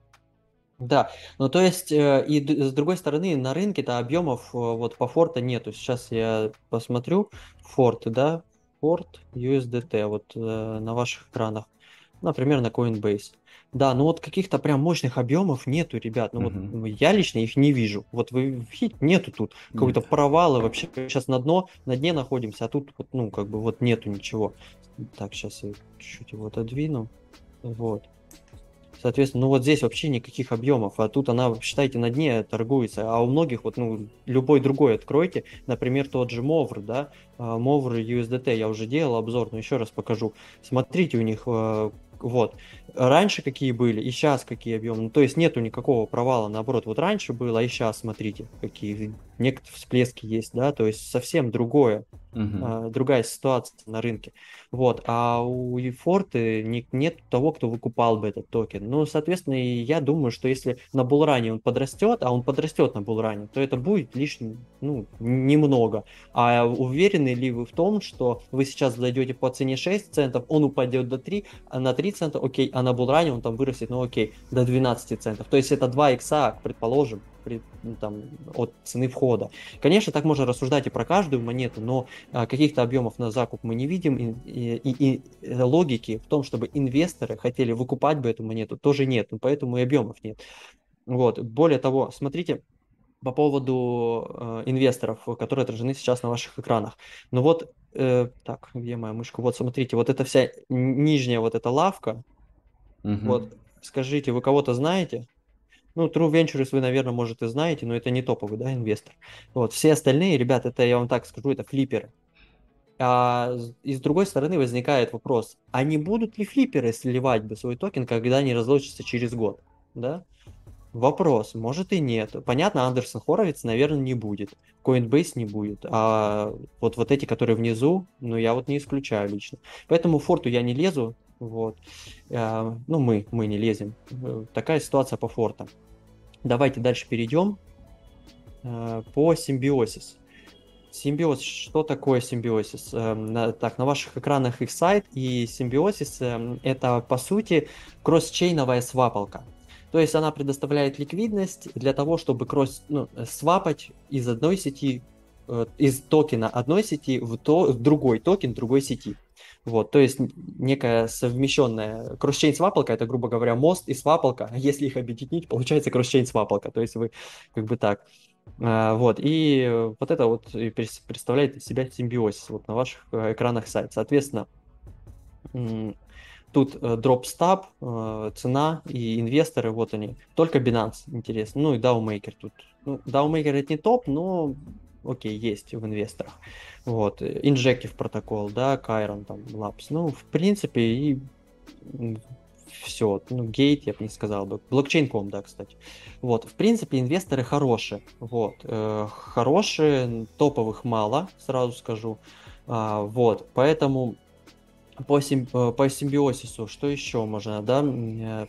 Да, ну то есть, э, и д- с другой стороны, на рынке-то объемов э, вот по форта нету. Сейчас я посмотрю, форты, да, форт ю эс ди ти, вот э, на ваших экранах, например, на Coinbase. Да, ну вот каких-то прям мощных объемов нету, ребят. Ну вот Мгм. м, я лично их не вижу. Вот вы видите, нету тут какой-то Нет. провала, вообще сейчас на дно, на дне находимся, а тут вот, ну как бы вот нету ничего. Так, сейчас я чуть-чуть его отодвину. Вот. Соответственно, ну вот здесь вообще никаких объемов, а тут она, считайте, на дне торгуется, а у многих вот, ну, любой другой откройте, например, тот же Мовр, да, а, Мовр ю эс ди ти, я уже делал обзор, но еще раз покажу. Смотрите у них, э, вот, раньше какие были и сейчас какие объемы, ну, то есть нету никакого провала, наоборот, вот раньше было, и сейчас, смотрите, какие некоторые всплески есть, да, то есть совсем другое, Мгм. а, другая ситуация на рынке. Вот, а у Ефорты не, нет того, кто выкупал бы этот токен. Ну, соответственно, и я думаю, что если на булране он подрастет, а он подрастет на булране, то это будет лишь, ну, немного. А уверены ли вы в том, что вы сейчас зайдете по цене шесть центов, он упадет до три, а на три цента, окей, а на булране он там вырастет, ну, окей, до двенадцати центов. То есть это два икса, предположим, при, ну, там, от цены входа. Конечно, так можно рассуждать и про каждую монету, но а, каких-то объемов на закуп мы не видим, и, и, и, и логики в том, чтобы инвесторы хотели выкупать бы эту монету, тоже нет, ну, поэтому и объемов нет. Вот. Более того, смотрите, по поводу э, инвесторов, которые отражены сейчас на ваших экранах. Ну вот, э, так, где моя мышка? Вот, смотрите, вот эта вся нижняя вот эта лавка, Мгм. вот, скажите, вы кого-то знаете? Ну, True Ventures вы, наверное, может и знаете, но это не топовый, да, инвестор. Вот, все остальные, ребят, это, я вам так скажу, это флипперы. А, с- и с другой стороны возникает вопрос, а не будут ли флипперы сливать бы свой токен, когда они разлочатся через год? Да? Вопрос, может и нет. Понятно, Андерсон Хоровиц, наверное, не будет. Coinbase не будет. А вот, вот эти, которые внизу, ну, я вот не исключаю лично. Поэтому в форту я не лезу. Вот. А, ну, мы, мы не лезем. Э, Такая ситуация по фортам. Давайте дальше перейдем э, по симбиозис. Симбиоз, что такое симбиозис? Эм, на- Так, на ваших экранах их сайт, и симбиозис эм, это, по сути, кросс-чейновая свапалка. То есть она предоставляет ликвидность для того, чтобы кросс, ну, э, свапать из одной сети, э, из токена одной сети в, то, в другой токен другой сети. Вот, то есть н- некая совмещенная кросс-чейн свапалка, это, грубо говоря, мост и свапалка. Если их объединить, получается кросс-чейн свапалка. То есть вы как бы так. А, Вот, и э, вот это вот и прес- представляет из себя симбиоз вот на ваших э, экранах сайта. Соответственно, м, Тут э, дропстап, э, цена и инвесторы, вот они. Только Binance интересно. Ну и DAOmaker тут. Ну, DAOmaker это не топ, но окей, есть в инвесторах. Вот. Injective протокол, да, Chiron, там, Labs. Ну, в принципе, и все. Ну, Gate, я бы не сказал бы. Блокчейн точка ком, да, кстати. Вот. В принципе, инвесторы хорошие. Вот. Э, хорошие, топовых мало, сразу скажу. А, вот. Поэтому по, сим, э, по симбиозису, что еще можно, да? Э,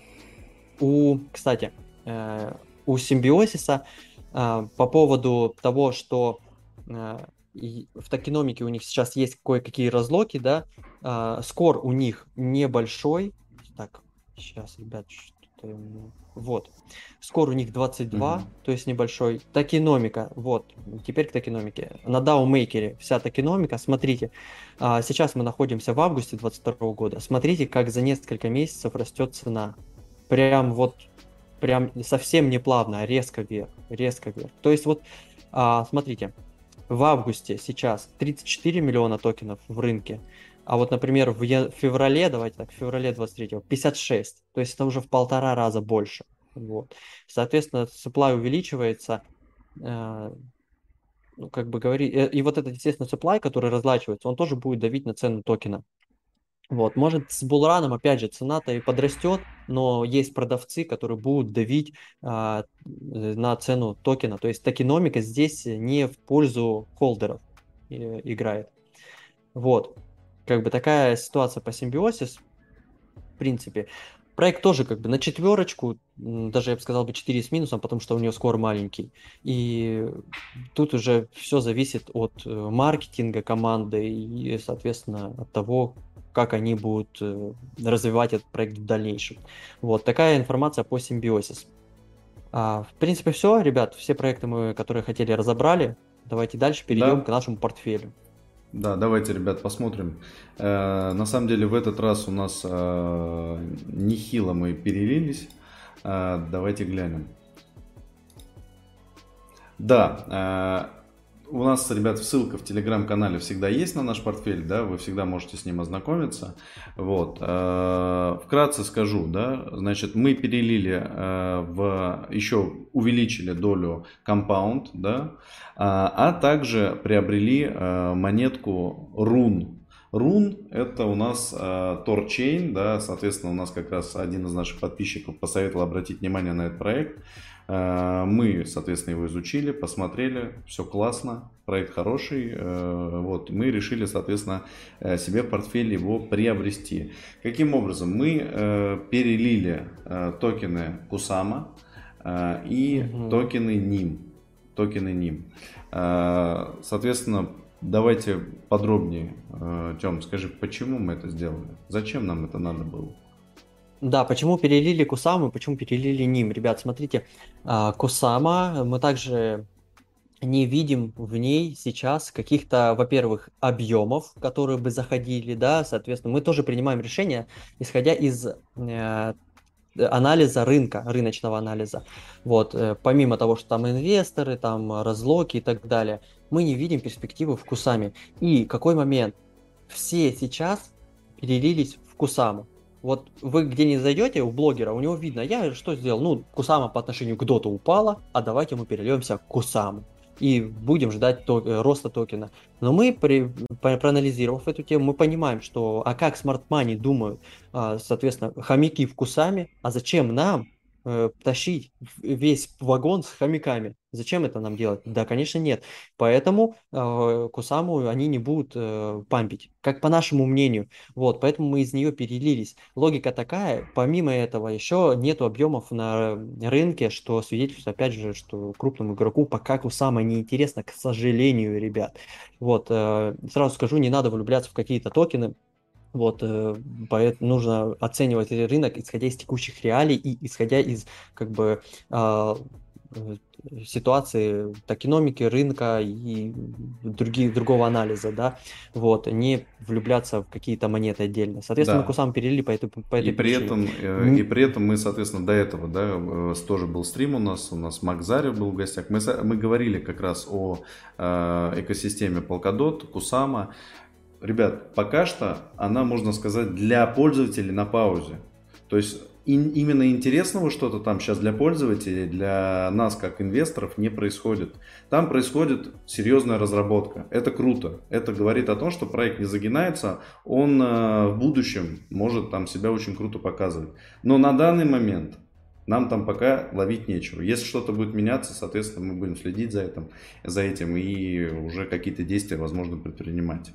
У, кстати, э, у симбиозиса э, по поводу того, что э, и в токеномике у них сейчас есть кое-какие разлоки, да, э, скор у них небольшой. Так, сейчас, ребят, что-то... у меня- Вот. Скор у них двадцать два, Мгм. то есть небольшой. Токеномика, вот, теперь к токеномике. На DAO-мейкере вся токеномика, смотрите, а, сейчас мы находимся в августе двадцать второго года, смотрите, как за несколько месяцев растет цена. Прям вот, прям совсем не плавно, а резко вверх, резко вверх. То есть вот, а, смотрите, в августе сейчас тридцать четыре миллиона токенов в рынке, а вот, например, в я- феврале, давайте так, в феврале двадцать третьего, пятьдесят шесть, то есть это уже в полтора раза больше. Вот. Соответственно, supply увеличивается, э, ну, как бы говори, э, и вот этот, естественно, supply, который разлачивается, он тоже будет давить на цену токена. Вот, может, с булраном, опять же, цена-то и подрастет, но есть продавцы, которые будут давить а, э, на цену токена. То есть токеномика здесь не в пользу холдеров э, играет. Вот. Как бы такая ситуация по симбиозис, в принципе. Проект тоже как бы на четверочку, м, даже я бы сказал бы четыре с минусом, потому что у него скор маленький. И тут уже все зависит от э, маркетинга команды и, соответственно, от того, как они будут э, развивать этот проект в дальнейшем. Вот такая информация по симбиозис. А, в принципе, все, ребят, все проекты мы, которые хотели, разобрали. Давайте дальше перейдем к Да, нашему портфелю. да, давайте, ребят, посмотрим. Э, на самом деле в этот раз у нас э, нехило мы перелились. Э, давайте глянем. Да, э, у нас, ребят, ссылка в телеграм-канале всегда есть на наш портфель, да, вы всегда можете с ним ознакомиться. Вот, э, вкратце скажу, да, значит, мы перелили э, в, еще увеличили долю Compound, да, а, а также приобрели э, монетку Run. Run это у нас э, Торчейн, да, соответственно, у нас как раз один из наших подписчиков посоветовал обратить внимание на этот проект. Э, Мы, соответственно, его изучили, посмотрели, все классно, проект хороший. Э, Вот, мы решили, соответственно, э, себе в портфель его приобрести. Каким образом? Мы э, перелили э, токены Кусама э, и Мгм. токены ним. Токены ним. Э, Соответственно, давайте подробнее. Э, Тём, скажи, почему мы это сделали? Зачем нам это надо было? Да, почему перелили Кусаму, почему перелили Ним? Ребят, смотрите, а, Кусама, мы также не видим в ней сейчас каких-то, во-первых, объемов, которые бы заходили, да, соответственно, мы тоже принимаем решения, исходя из э, анализа рынка, рыночного анализа. Вот, э, помимо того, что там инвесторы, там разлоки и так далее, мы не видим перспективы в Кусаме. И какой момент? Все сейчас перелились в Кусаму. Вот вы где не зайдете у блогера, у него видно, я что сделал? Ну, Кусама по отношению к доту упала, а давайте мы перельемся в Кусаму. И будем ждать то, э, роста токена. Но мы, при, по- проанализировав эту тему, мы понимаем, что, а как Smart Money думают, а, соответственно, хомяки в Кусаме, а зачем нам э, тащить весь вагон с хомяками? Зачем это нам делать? Да, конечно, нет. Поэтому э, Кусаму они не будут э, пампить, как по нашему мнению. Вот, поэтому мы из нее перелились. Логика такая, помимо этого, еще нету объемов на рынке, что свидетельствует, опять же, что крупному игроку пока Кусама не интересно, к сожалению, ребят. Вот, э, сразу скажу, не надо влюбляться в какие-то токены, вот, э, поэтому нужно оценивать рынок, исходя из текущих реалий и исходя из, как бы, а, э, ситуации токеномики, рынка и других, другого анализа, да, вот, не влюбляться в какие-то монеты отдельно. Соответственно, мы Да. Кусам перелили по этой, по И этой при причине. этом, э, и Н- при этом мы, соответственно, до этого, да, э, тоже был стрим у нас, у нас Мак Зарев был в гостях. Мы, со- мы говорили как раз о э, экосистеме Polkadot, Kusama. ребят, пока что она, можно сказать, для пользователей на паузе. То есть и- именно интересного что-то там сейчас для пользователей, для нас как инвесторов не происходит. Там происходит серьезная разработка. Это круто. Это говорит о том, что проект не загинается, он э, в будущем может там себя очень круто показывать. Но на данный момент нам там пока ловить нечего. Если что-то будет меняться, соответственно, мы будем следить за этим, за этим и уже какие-то действия, возможно, предпринимать.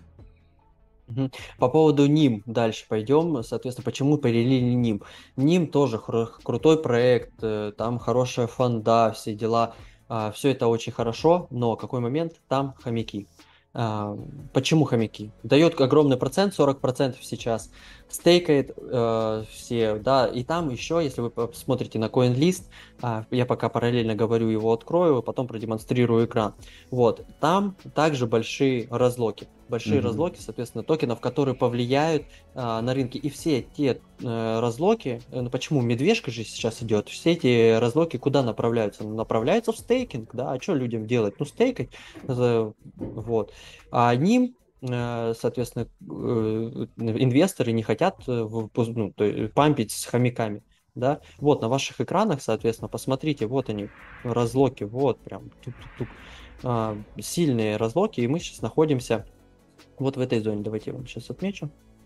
Мгм. По поводу ним дальше пойдем. Соответственно, почему перелили ним? Ним тоже хру- крутой проект, э, там хорошая фонда, все дела. Все это очень хорошо, но какой момент? Там хомяки. А, Почему хомяки? Дает огромный процент, сорок процентов сейчас, стейкает э, все, да, и там еще, если вы посмотрите на CoinList, а, я пока параллельно говорю, его открою, потом продемонстрирую экран. Вот, там также большие разлоки. Большие Мгм. разлоки, соответственно, токенов, которые повлияют а, на рынке. И все те э, разлоки, э, ну почему медвежка же сейчас идет, все эти разлоки куда направляются? Ну, направляются в стейкинг, да, а что людям делать? Ну, стейкать, э, вот. А ним, э, соответственно, э, инвесторы не хотят э, в- пуз- ну, то есть пампить с хомяками. Да, вот на ваших экранах, соответственно, посмотрите, вот они, разлоки, вот прям тук-тук-тук. А, сильные разлоки, и мы сейчас находимся вот в этой зоне. Давайте я вам сейчас отмечу.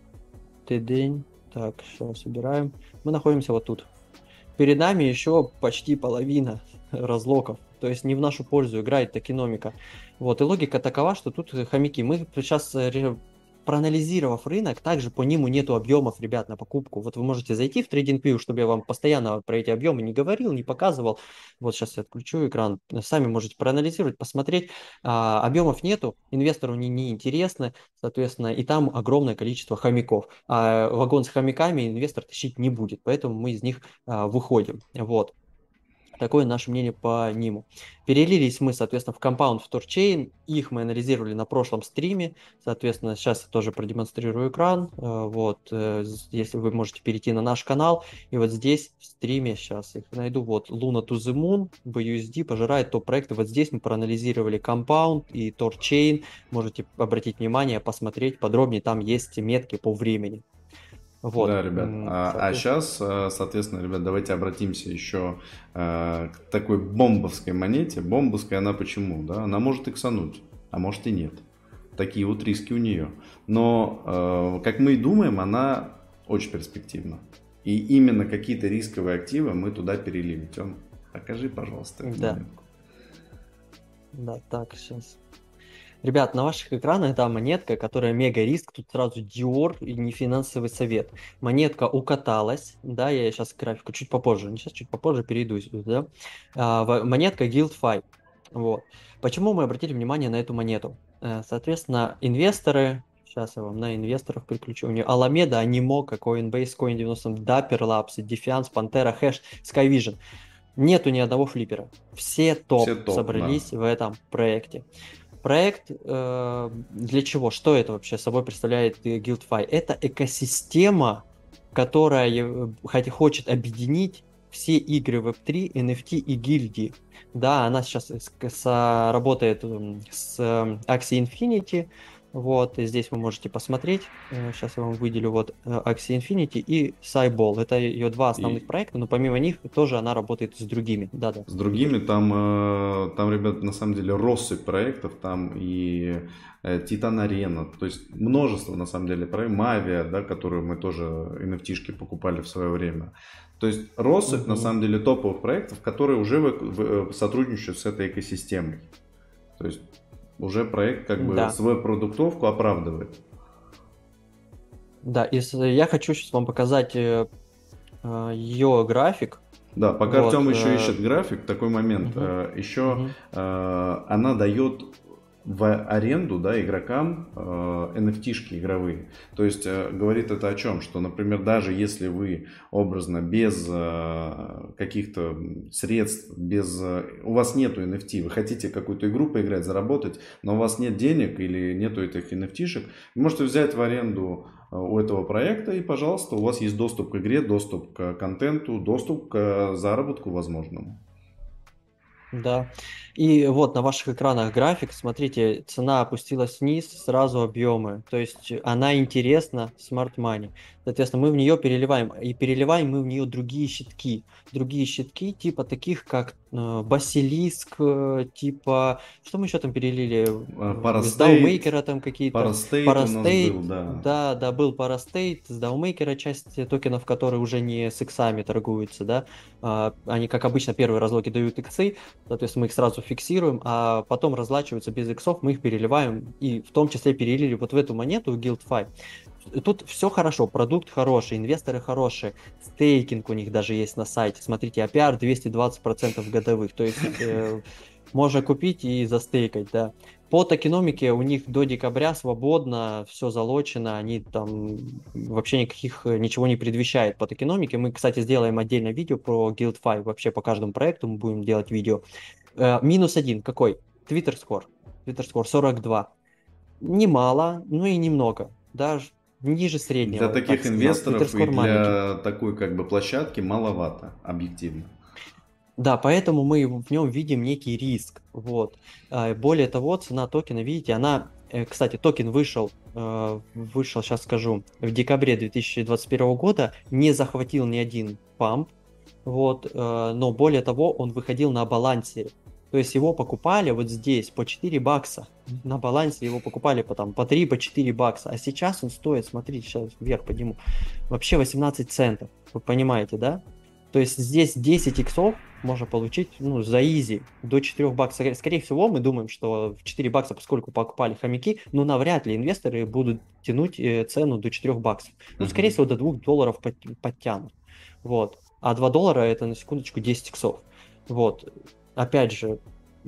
Тыдынь. Так, сейчас убираем. Мы находимся вот тут. Перед нами еще почти половина разлоков. То есть не в нашу пользу играет токеномика. Вот, и логика такова, что тут хомяки. Мы сейчас, э, проанализировав рынок, также по нему нету объемов, ребят, на покупку. Вот вы можете зайти в TradingView, чтобы я вам постоянно про эти объемы не говорил, не показывал. Вот сейчас я отключу экран. Сами можете проанализировать, посмотреть. А, объемов нету, инвестору они не интересны, соответственно, и там огромное количество хомяков. А вагон с хомяками инвестор тащить не будет, поэтому мы из них а, выходим. Вот. Такое наше мнение по нему. Перелились мы, соответственно, в Compound, в Торчейн. Их мы анализировали на прошлом стриме. Соответственно, сейчас я тоже продемонстрирую экран. Э, Вот, э, з- если вы можете перейти на наш канал. И вот здесь в стриме, сейчас их найду, вот Luna to the Moon, би ю эс ди, пожирает топ-проекты. Вот здесь мы проанализировали Compound и Торчейн. Можете обратить внимание, посмотреть подробнее. Там есть метки по времени. Вот. Да, ребят. М, А, а Соответственно, сейчас, соответственно, ребят, давайте обратимся еще э, к такой бомбовской монете. Бомбовская она почему? Да? Она может иксануть, а может и нет. Такие вот риски у нее. Но, э, как мы и думаем, она очень перспективна. И именно какие-то рисковые активы мы туда перелили. Тем, покажи, пожалуйста, эту да, монетку. да, так, сейчас. Ребят, на ваших экранах, да, монетка, которая мега риск, тут сразу Dior и не финансовый совет. Монетка укаталась, да, я сейчас графику чуть попозже, не сейчас, чуть попозже перейду сюда, да. А, в- монетка GuildFi, вот. Почему мы обратили внимание на эту монету? Э, Соответственно, инвесторы, сейчас я вам на инвесторов переключу, у нее Alameda, Animoca, Coinbase, Coin девяносто, Dapper Labs, Defiance, Pantera, Hash, Skyvision. Нету ни одного флиппера. Все Все топ топ, да. собрались в этом проекте. Проект э, для чего? Что это вообще собой представляет э, GuildFi? Это экосистема, которая э, хоть- хочет объединить все игры веб три, эн эф ти и гильдии. Да, она сейчас с- с- работает м, с э, Axie Infinity. Вот, и здесь вы можете посмотреть. Э, Сейчас я вам выделю вот э, Axie Infinity и Cyball. Это ее два основных И проекта, но помимо них тоже она работает с другими. Да-да, с Игорь. другими там, э, там, ребят, на самом деле россыпь проектов, там и Титан Арена, то есть множество, на самом деле, проектов, Мавия, да, которую мы тоже эн эф ти-шки покупали в свое время. То есть россыпь, на Мгм. самом деле, топовых проектов, которые уже в- в- сотрудничают с этой экосистемой. То есть уже проект как бы Да. свою продуктовку оправдывает. Да, и с- я хочу сейчас вам показать ее график. Да, пока Вот. Артем еще э, ищет график, такой момент. мгм, э, Еще мгм, э, она дает в аренду, да, игрокам э, эн эф ти-шки игровые. То есть э, говорит это о чем? Что, например, даже если вы образно без э, каких-то средств, без, э, у вас нету эн эф ти, вы хотите какую-то игру поиграть, заработать, но у вас нет денег или нету этих эн эф ти-шек, вы можете взять в аренду э, у этого проекта и, пожалуйста, у вас есть доступ к игре, доступ к контенту, доступ к заработку возможному. Да. И вот на ваших экранах график, смотрите, цена опустилась вниз, сразу объемы. То есть она интересна Smart Money. Соответственно, мы в нее переливаем. И переливаем мы в нее другие щитки. Другие щитки, типа таких, как э, Басилиск, э, типа... Что мы еще там перелили? Э, Из Парастейт, Даумейкера там какие-то. Парастейт у нас был, Парастейт. да. Да, да, был Парастейт. С Даумейкера часть токенов, которые уже не с иксами торгуются, да. А, они, как обычно, первые разлоки дают иксы. Соответственно, мы их сразу фиксируем, а потом разлачиваются без иксов, мы их переливаем, и в том числе перелили вот в эту монету GuildFi. Тут все хорошо, продукт хороший, инвесторы хорошие, стейкинг у них даже есть на сайте. Смотрите, эй пи ар двести двадцать процентов годовых, то есть э, можно купить и застейкать, да. По токеномике у них до декабря свободно, все залочено, они там вообще никаких, ничего не предвещает по токеномике. Мы, кстати, сделаем отдельное видео про GuildFi, вообще по каждому проекту мы будем делать видео. Э, минус один какой? Twitter Score. Twitter Score сорок два. Немало, но и немного. Даже ниже среднего, Для я бы так таких сказал. Twitter инвесторов и Score маленький. для такой как бы площадки маловато, объективно. Да, поэтому мы в нем видим некий риск. Вот. А, Более того, цена токена, видите, она, э, кстати, токен вышел, э, вышел, сейчас скажу, в декабре две тысячи двадцать первого года, не захватил ни один памп, вот, э, но более того, он выходил на балансе. То есть его покупали вот здесь по четыре бакса. На балансе его покупали по, там, по три, по четыре бакса. А сейчас он стоит, смотрите, сейчас вверх подниму, вообще восемнадцать центов. Вы понимаете, да? То есть здесь десять иксов можно получить, ну, за изи до четырех баксов. Скорее всего, мы думаем, что в четыре бакса, поскольку покупали хомяки, ну, навряд ли инвесторы будут тянуть э, цену до четырех баксов. Ну, скорее Мгм. всего, до двух долларов под- подтянут. Вот. А два доллара это, на секундочку, десять иксов. Вот. Опять же,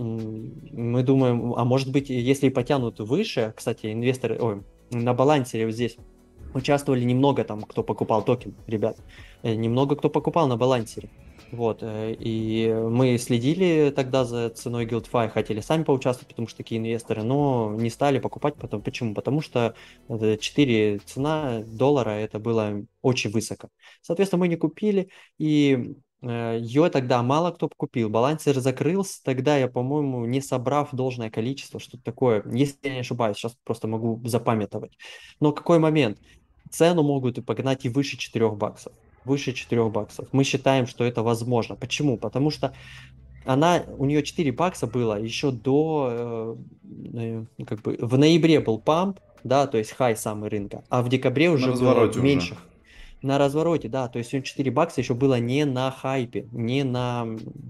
м, мы думаем, а может быть, если и потянут выше, кстати, инвесторы, ой, на балансе вот здесь участвовали немного там, кто покупал токен, ребят. Э, Немного кто покупал на балансере. Вот, э, и мы следили тогда за ценой GuildFi, хотели сами поучаствовать, потому что такие инвесторы, но не стали покупать. Потом, почему? Потому что э, четыре цена доллара, это было очень высоко. Соответственно, мы не купили, и э, ее тогда мало кто купил. Балансер закрылся, тогда я, по-моему, не собрав должное количество, что-то такое. Если я не ошибаюсь, сейчас просто могу запамятовать. Но какой момент? Цену могут и погнать и выше четырех баксов. Выше четырех баксов. Мы считаем, что это возможно. Почему? Потому что она, у нее четыре бакса было еще до, э, э, как бы, в ноябре был памп, да, то есть хай самый рынка, а в декабре На уже было развороте уже. меньше. На развороте, да, то есть у нее четыре бакса еще было не на хайпе, не на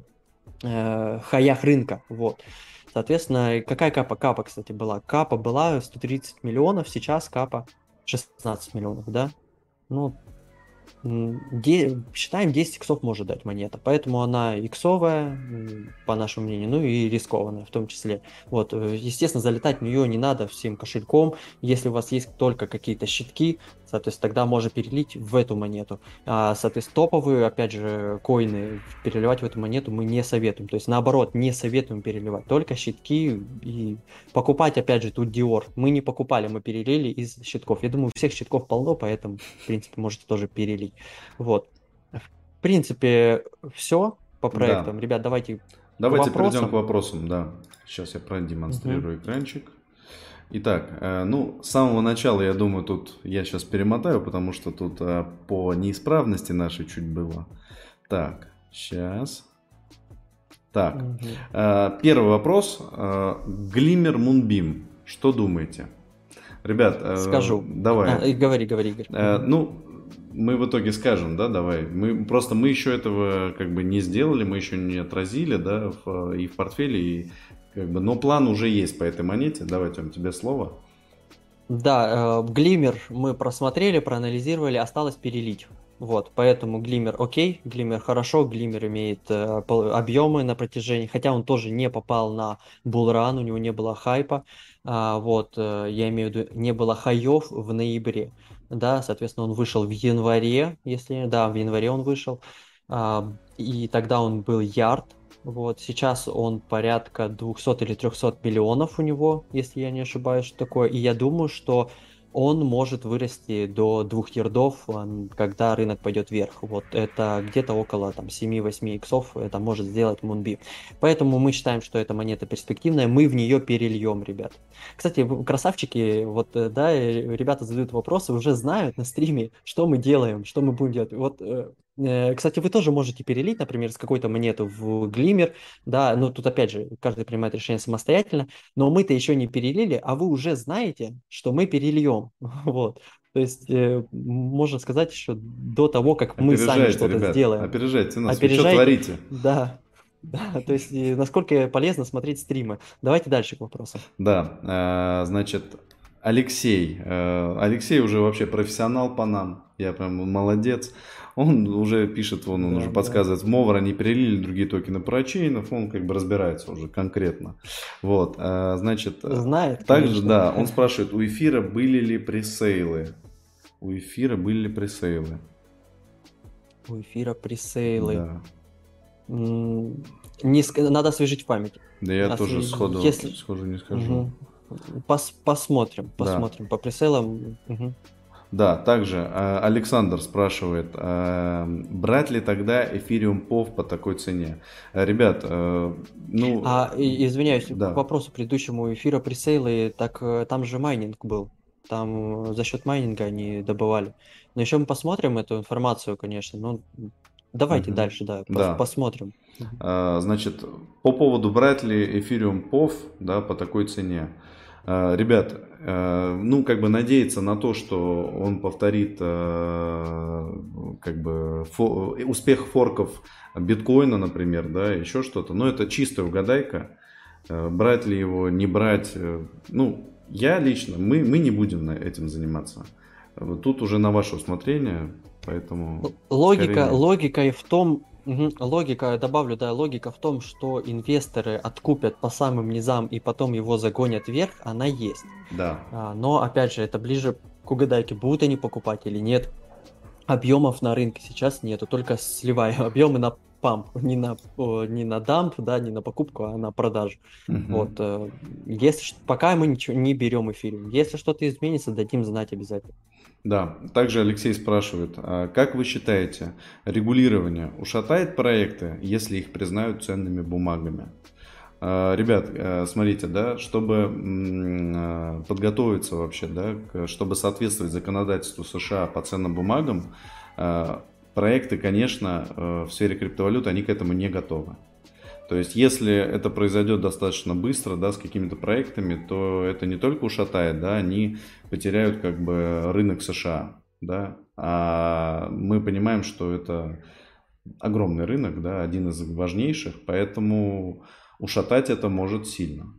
э, хаях рынка, вот. Соответственно, какая капа? Капа, кстати, была. Капа была сто тридцать миллионов, сейчас капа шестнадцать миллионов, да? Ну, м, де- считаем, десять иксов может дать монета, поэтому она иксовая, м, по нашему мнению, ну и рискованная в том числе. Вот, э, естественно, залетать в нее не надо всем кошельком, если у вас есть только какие-то щитки, соответственно, тогда можно перелить в эту монету. А, соответственно, топовые, опять же, коины переливать в эту монету мы не советуем, то есть наоборот, не советуем переливать, только щитки и покупать, опять же, тут Dior. Мы не покупали, мы перелили из щитков. Я думаю, у всех щитков полно, поэтому, в принципе, можете тоже перелить. Вот. В принципе, все по Да. проектам. Ребят, давайте к Давайте перейдем к вопросам. вопросам, да. Сейчас я Мгм. продемонстрирую экранчик. Итак, э, ну, с самого начала, я думаю, тут я сейчас перемотаю, потому что тут э, по неисправности нашей чуть было. Так, сейчас. Так, Мгм. э, первый вопрос. Э, Глиммер Мунбим. Что думаете? Ребят, э, Скажу. А, давай. и говори, говори, Игорь. Э, Мгм. ну, мы в итоге скажем, да, давай. Мы просто мы еще этого как бы не сделали, мы еще не отразили, да, в- и в портфеле, и как бы, но план уже есть по этой монете. Давай, Тём, тебе слово. Да, э, Глиммер мы просмотрели, проанализировали, осталось перелить. Вот, поэтому Глиммер окей, Глиммер хорошо, Глиммер имеет э, пол- объемы на протяжении, хотя он тоже не попал на булран, у него не было хайпа, а, вот, э, я имею в виду, не было хаев в ноябре, да, соответственно, он вышел в январе, если, да, в январе он вышел, а, и тогда он был ярд, вот, сейчас он порядка двухсот или трехсот миллионов у него, если я не ошибаюсь, что такое. И я думаю, что он может вырасти до двух ярдов, ам, когда рынок пойдет вверх. Вот это где-то около там семь-восемь иксов это может сделать Moonbeam. Поэтому мы считаем, что эта монета перспективная, мы в нее перельем, ребят. Кстати, вы красавчики, вот, э, да, э, ребята задают вопросы, уже знают на стриме, что мы делаем, что мы будем делать. Вот, э, э, кстати, вы тоже можете перелить, например, с какой-то монеты в глиммер, да, но тут опять же каждый принимает решение самостоятельно, но мы-то еще не перелили, а вы уже знаете, что мы перельем. Вот. То есть, э, можно сказать, еще до того, как мы сами Опережайте, что-то ребят, сделаем. опережайте нас. Вы что Опережайте. творите? Да. Да, то есть, э, насколько полезно смотреть стримы. Давайте дальше к вопросам. Да, э, значит, Алексей. Э, Алексей уже вообще профессионал по нам. Я прям молодец. Он уже пишет, вон, он Да, уже да. подсказывает, в Мовр они перелили другие токены парачейнов, он как бы разбирается уже конкретно. Вот, э, значит, э, Знает, также, конечно. да, он спрашивает, у эфира были ли пресейлы? У эфира были ли пресейлы? У эфира пресейлы. Да. М, Не, ск- надо освежить в памяти. Да я Осве- тоже сходу, Если... сходу не скажу. Мгм. Пос- посмотрим, Да. посмотрим. По пресейлам. Мгм. Да, также э, Александр спрашивает, э, брать ли тогда Ethereum пов по такой цене? Э, Ребят, э, ну, А, и- извиняюсь, к да, вопросу предыдущему эфира пресейлы, так э, там же майнинг был. Там э, за счет майнинга они добывали. Но еще мы посмотрим эту информацию, конечно. Ну, давайте мгм, дальше, да, пос- да. посмотрим. Мгм. Э, Значит, по поводу брать ли Ethereum пов, да, по такой цене. Э, Ребят, э, ну, как бы надеяться на то, что он повторит э, как бы фо- успех форков биткоина, например, да, еще что-то, но это чистая угадайка. Э, Брать ли его, не брать. э, Ну, я лично, мы, мы не будем на- этим заниматься. Вот тут уже на ваше усмотрение, поэтому Л- скорее Логика, нет. логика и в том, мгм, логика, я добавлю, да, логика в том, что инвесторы откупят по самым низам и потом его загонят вверх, она есть. Да. А, но, опять же, это ближе к угадайке, будут они покупать или нет. Объемов на рынке сейчас нету, только сливаю объемы на памп, не на, о, не на дамп, да, не на покупку, а на продажу. Вот, Мгм. э, если ш- пока мы ничего не берем эфириум, если что-то изменится, дадим знать обязательно. Да, также Алексей спрашивает, а как вы считаете, регулирование ушатает проекты, если их признают ценными бумагами? А, Ребят, э, смотрите, да, чтобы м, э, подготовиться вообще, да, к- чтобы соответствовать законодательству США по ценным бумагам, э, проекты, конечно, э, в сфере криптовалют, они к этому не готовы. То есть, если это произойдет достаточно быстро, да, с какими-то проектами, то это не только ушатает, да, они потеряют как бы рынок США, да, а мы понимаем, что это огромный рынок, да, один из важнейших, поэтому ушатать это может сильно.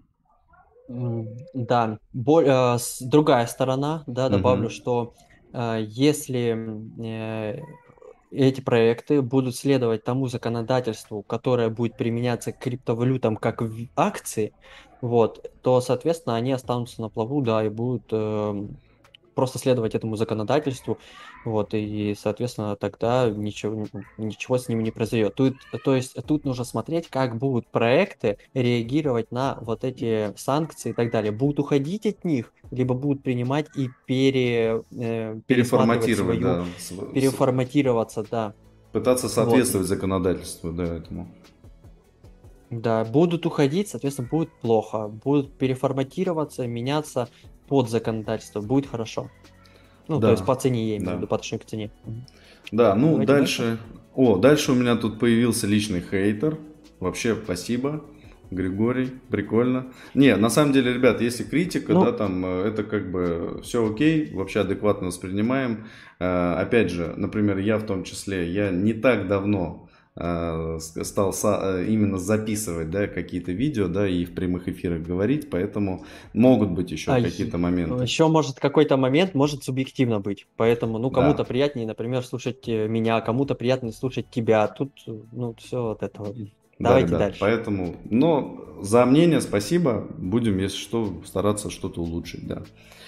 М, Да, бо- э, с- другая сторона, да, добавлю, Мгм. что э, если м, э, эти проекты будут следовать тому законодательству, которое будет применяться к криптовалютам как в акции, вот, то, соответственно, они останутся на плаву, да, и будут эм, просто следовать этому законодательству, вот, и, соответственно, тогда ничего, ничего с ними не произойдет. Тут, то есть тут нужно смотреть, как будут проекты реагировать на вот эти санкции и так далее. Будут уходить от них, либо будут принимать и пере, э, пересматривать Переформатировать, свою, да, св- с- переформатироваться, да. пытаться Вот, соответствовать законодательству, да, этому. да, будут уходить, соответственно, будет плохо. Будут переформатироваться, меняться под законодательство, будет хорошо. Ну, то есть Да, по цене, я имею в да. виду, по отношению к цене. Мгм. Да, ну Давайте дальше. дальше. О, дальше у меня тут появился личный хейтер. Вообще, спасибо, Григорий, прикольно. Не, на самом деле, ребят, если критика, да, Ну, там, э, это как бы все окей, вообще адекватно воспринимаем. Э, Опять же, например, я в том числе, я не так давно э, с- стал са- э, именно записывать, да, какие-то видео, да, и в прямых эфирах говорить, поэтому могут быть еще а какие-то моменты. еще может какой-то момент может субъективно быть. Поэтому, ну, кому-то Да. приятнее, например, слушать э, меня, кому-то приятнее слушать тебя. Тут, э, ну, все вот это вот. Да, Давайте ребят, дальше. поэтому, но за мнение спасибо, будем, если что, стараться что-то улучшить, да.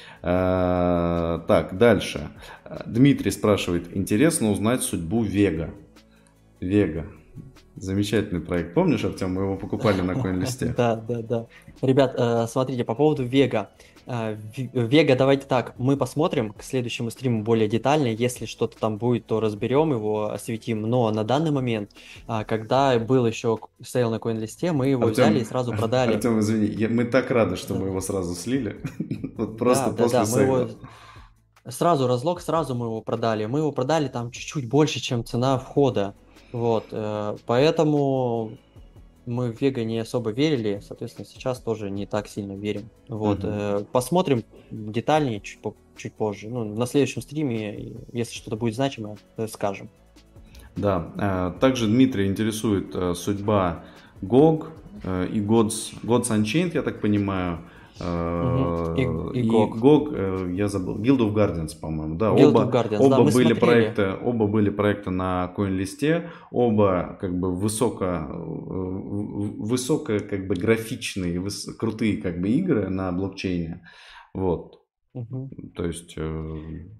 Э, Так, дальше. Э, Дмитрий спрашивает, интересно узнать судьбу Вега. Вега. Замечательный проект. Помнишь, Артем, мы его покупали на CoinList'е? Да, да, да. Ребят, э, смотрите, по поводу Вега. А, Ви- Вега, давайте так, мы посмотрим к следующему стриму более детально. Если что-то там будет, то разберем его, осветим. Но на данный момент, а, когда был еще, к- стоял на коин-листе, мы его взяли и Артем, сразу продали. Артем, извини, я- мы так рады, что мы Да, его сразу слили. Вот просто да, да, после да, мы его сейла. сразу разлог, сразу мы его продали. Мы его продали там чуть-чуть больше, чем цена входа. Вот, э, поэтому мы в Вега не особо верили, соответственно, сейчас тоже не так сильно верим. Вот, Мгм. э, посмотрим детальнее чуть, по- чуть позже. Ну, на следующем стриме, и если что-то будет значимое, то скажем. Да, э, также Дмитрий интересует э, судьба гог э, и Gods, Gods Unchained, я так понимаю. Мгм. И, Э, и И гог. гог, э, я забыл, Guild of Guardians, по-моему. Да, Guild of оба, Guardians, да, оба мы были смотрели. проекты, оба были проекты на CoinList, оба как бы высоко, э, высоко как бы графичные, выс- крутые как бы игры на блокчейне. Вот, Мгм. то есть... э,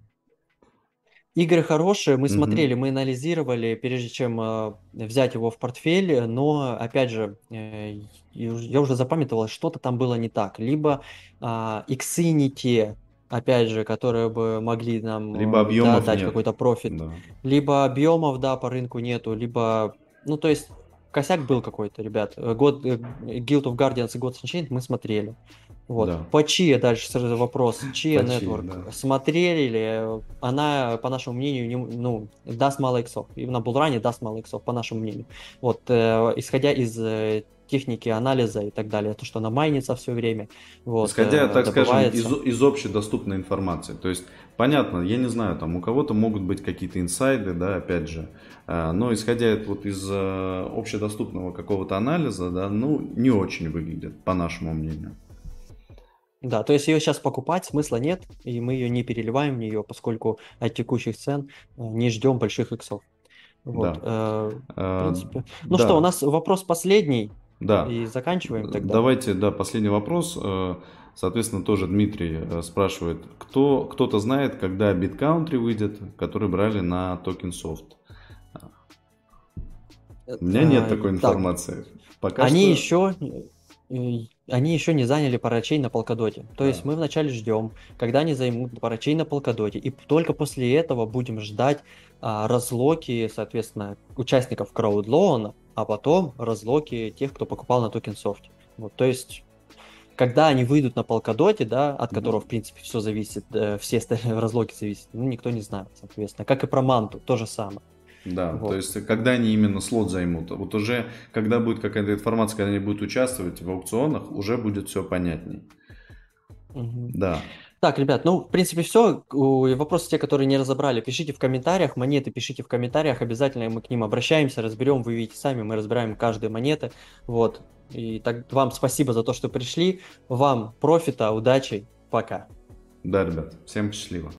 Игры хорошие, мы мгм. смотрели, мы анализировали, прежде чем э, взять его в портфель, но, опять же, э, и уж- я уже запамятовал, что-то там было не так. Либо а, иксы не те, опять же, которые бы могли Либо нам, э, да, объемов дать нет. какой-то профит, Да. либо объемов, да, по рынку нету, либо, ну, то есть, косяк был какой-то, ребят. Э, Год, э, Guild of Guardians и Gods Unchained мы смотрели. Вот. Да. По Chia дальше сразу вопрос. Chia Почти, Network да. смотрели ли? Она, по нашему мнению, не, ну, даст мало иксов. И на булране даст мало иксов, по нашему мнению. Вот, э, исходя из э, техники анализа и так далее, то, что она майнится все время, вот, Исходя, э, так скажем, из, добывается. из общедоступной информации. То есть, понятно, я не знаю, там у кого-то могут быть какие-то инсайды, да, опять же. А, Но исходя вот из э, общедоступного какого-то анализа, да, ну, не очень выглядит, по нашему мнению. Да, то есть ее сейчас покупать смысла нет, и мы ее не переливаем в нее, поскольку от текущих цен э, не ждем больших иксов. Вот, Да. э, в А, принципе. Ну что, у Да, нас вопрос последний, да. и заканчиваем тогда. Давайте, да, последний вопрос. Э, Соответственно, тоже Дмитрий э, спрашивает, кто, кто-то знает, когда BitCountry выйдет, который брали на токен софт. Э, У меня нет а, такой Так, информации. Пока они что, еще, э, они еще не заняли парачей на Polkadot. То да. есть мы вначале ждем, когда они займут парачей на Polkadot, и только после этого будем ждать а, разлоки, соответственно, участников краудлоана, а потом разлоки тех, кто покупал на токенсофте. Вот, то есть, когда они выйдут на Polkadot, да, от Мгм. которого, в принципе, все зависит, э, все остальные разлоки зависят, ну, никто не знает, соответственно. Как и про манту, то же самое. Да, то Вот. есть, когда они именно слот займут. Вот уже, когда будет какая-то информация, когда они будут участвовать в аукционах, уже будет все понятней. Мгм. Да, Так, ребят, ну, в принципе, все. Вопросы те, которые не разобрали, пишите в комментариях. Монеты пишите в комментариях. Обязательно мы к ним обращаемся, разберем. Вы видите сами, мы разбираем каждую монету. Вот. И так вам спасибо за то, что пришли. Вам профита, удачи. Пока. да, ребят, всем счастливо.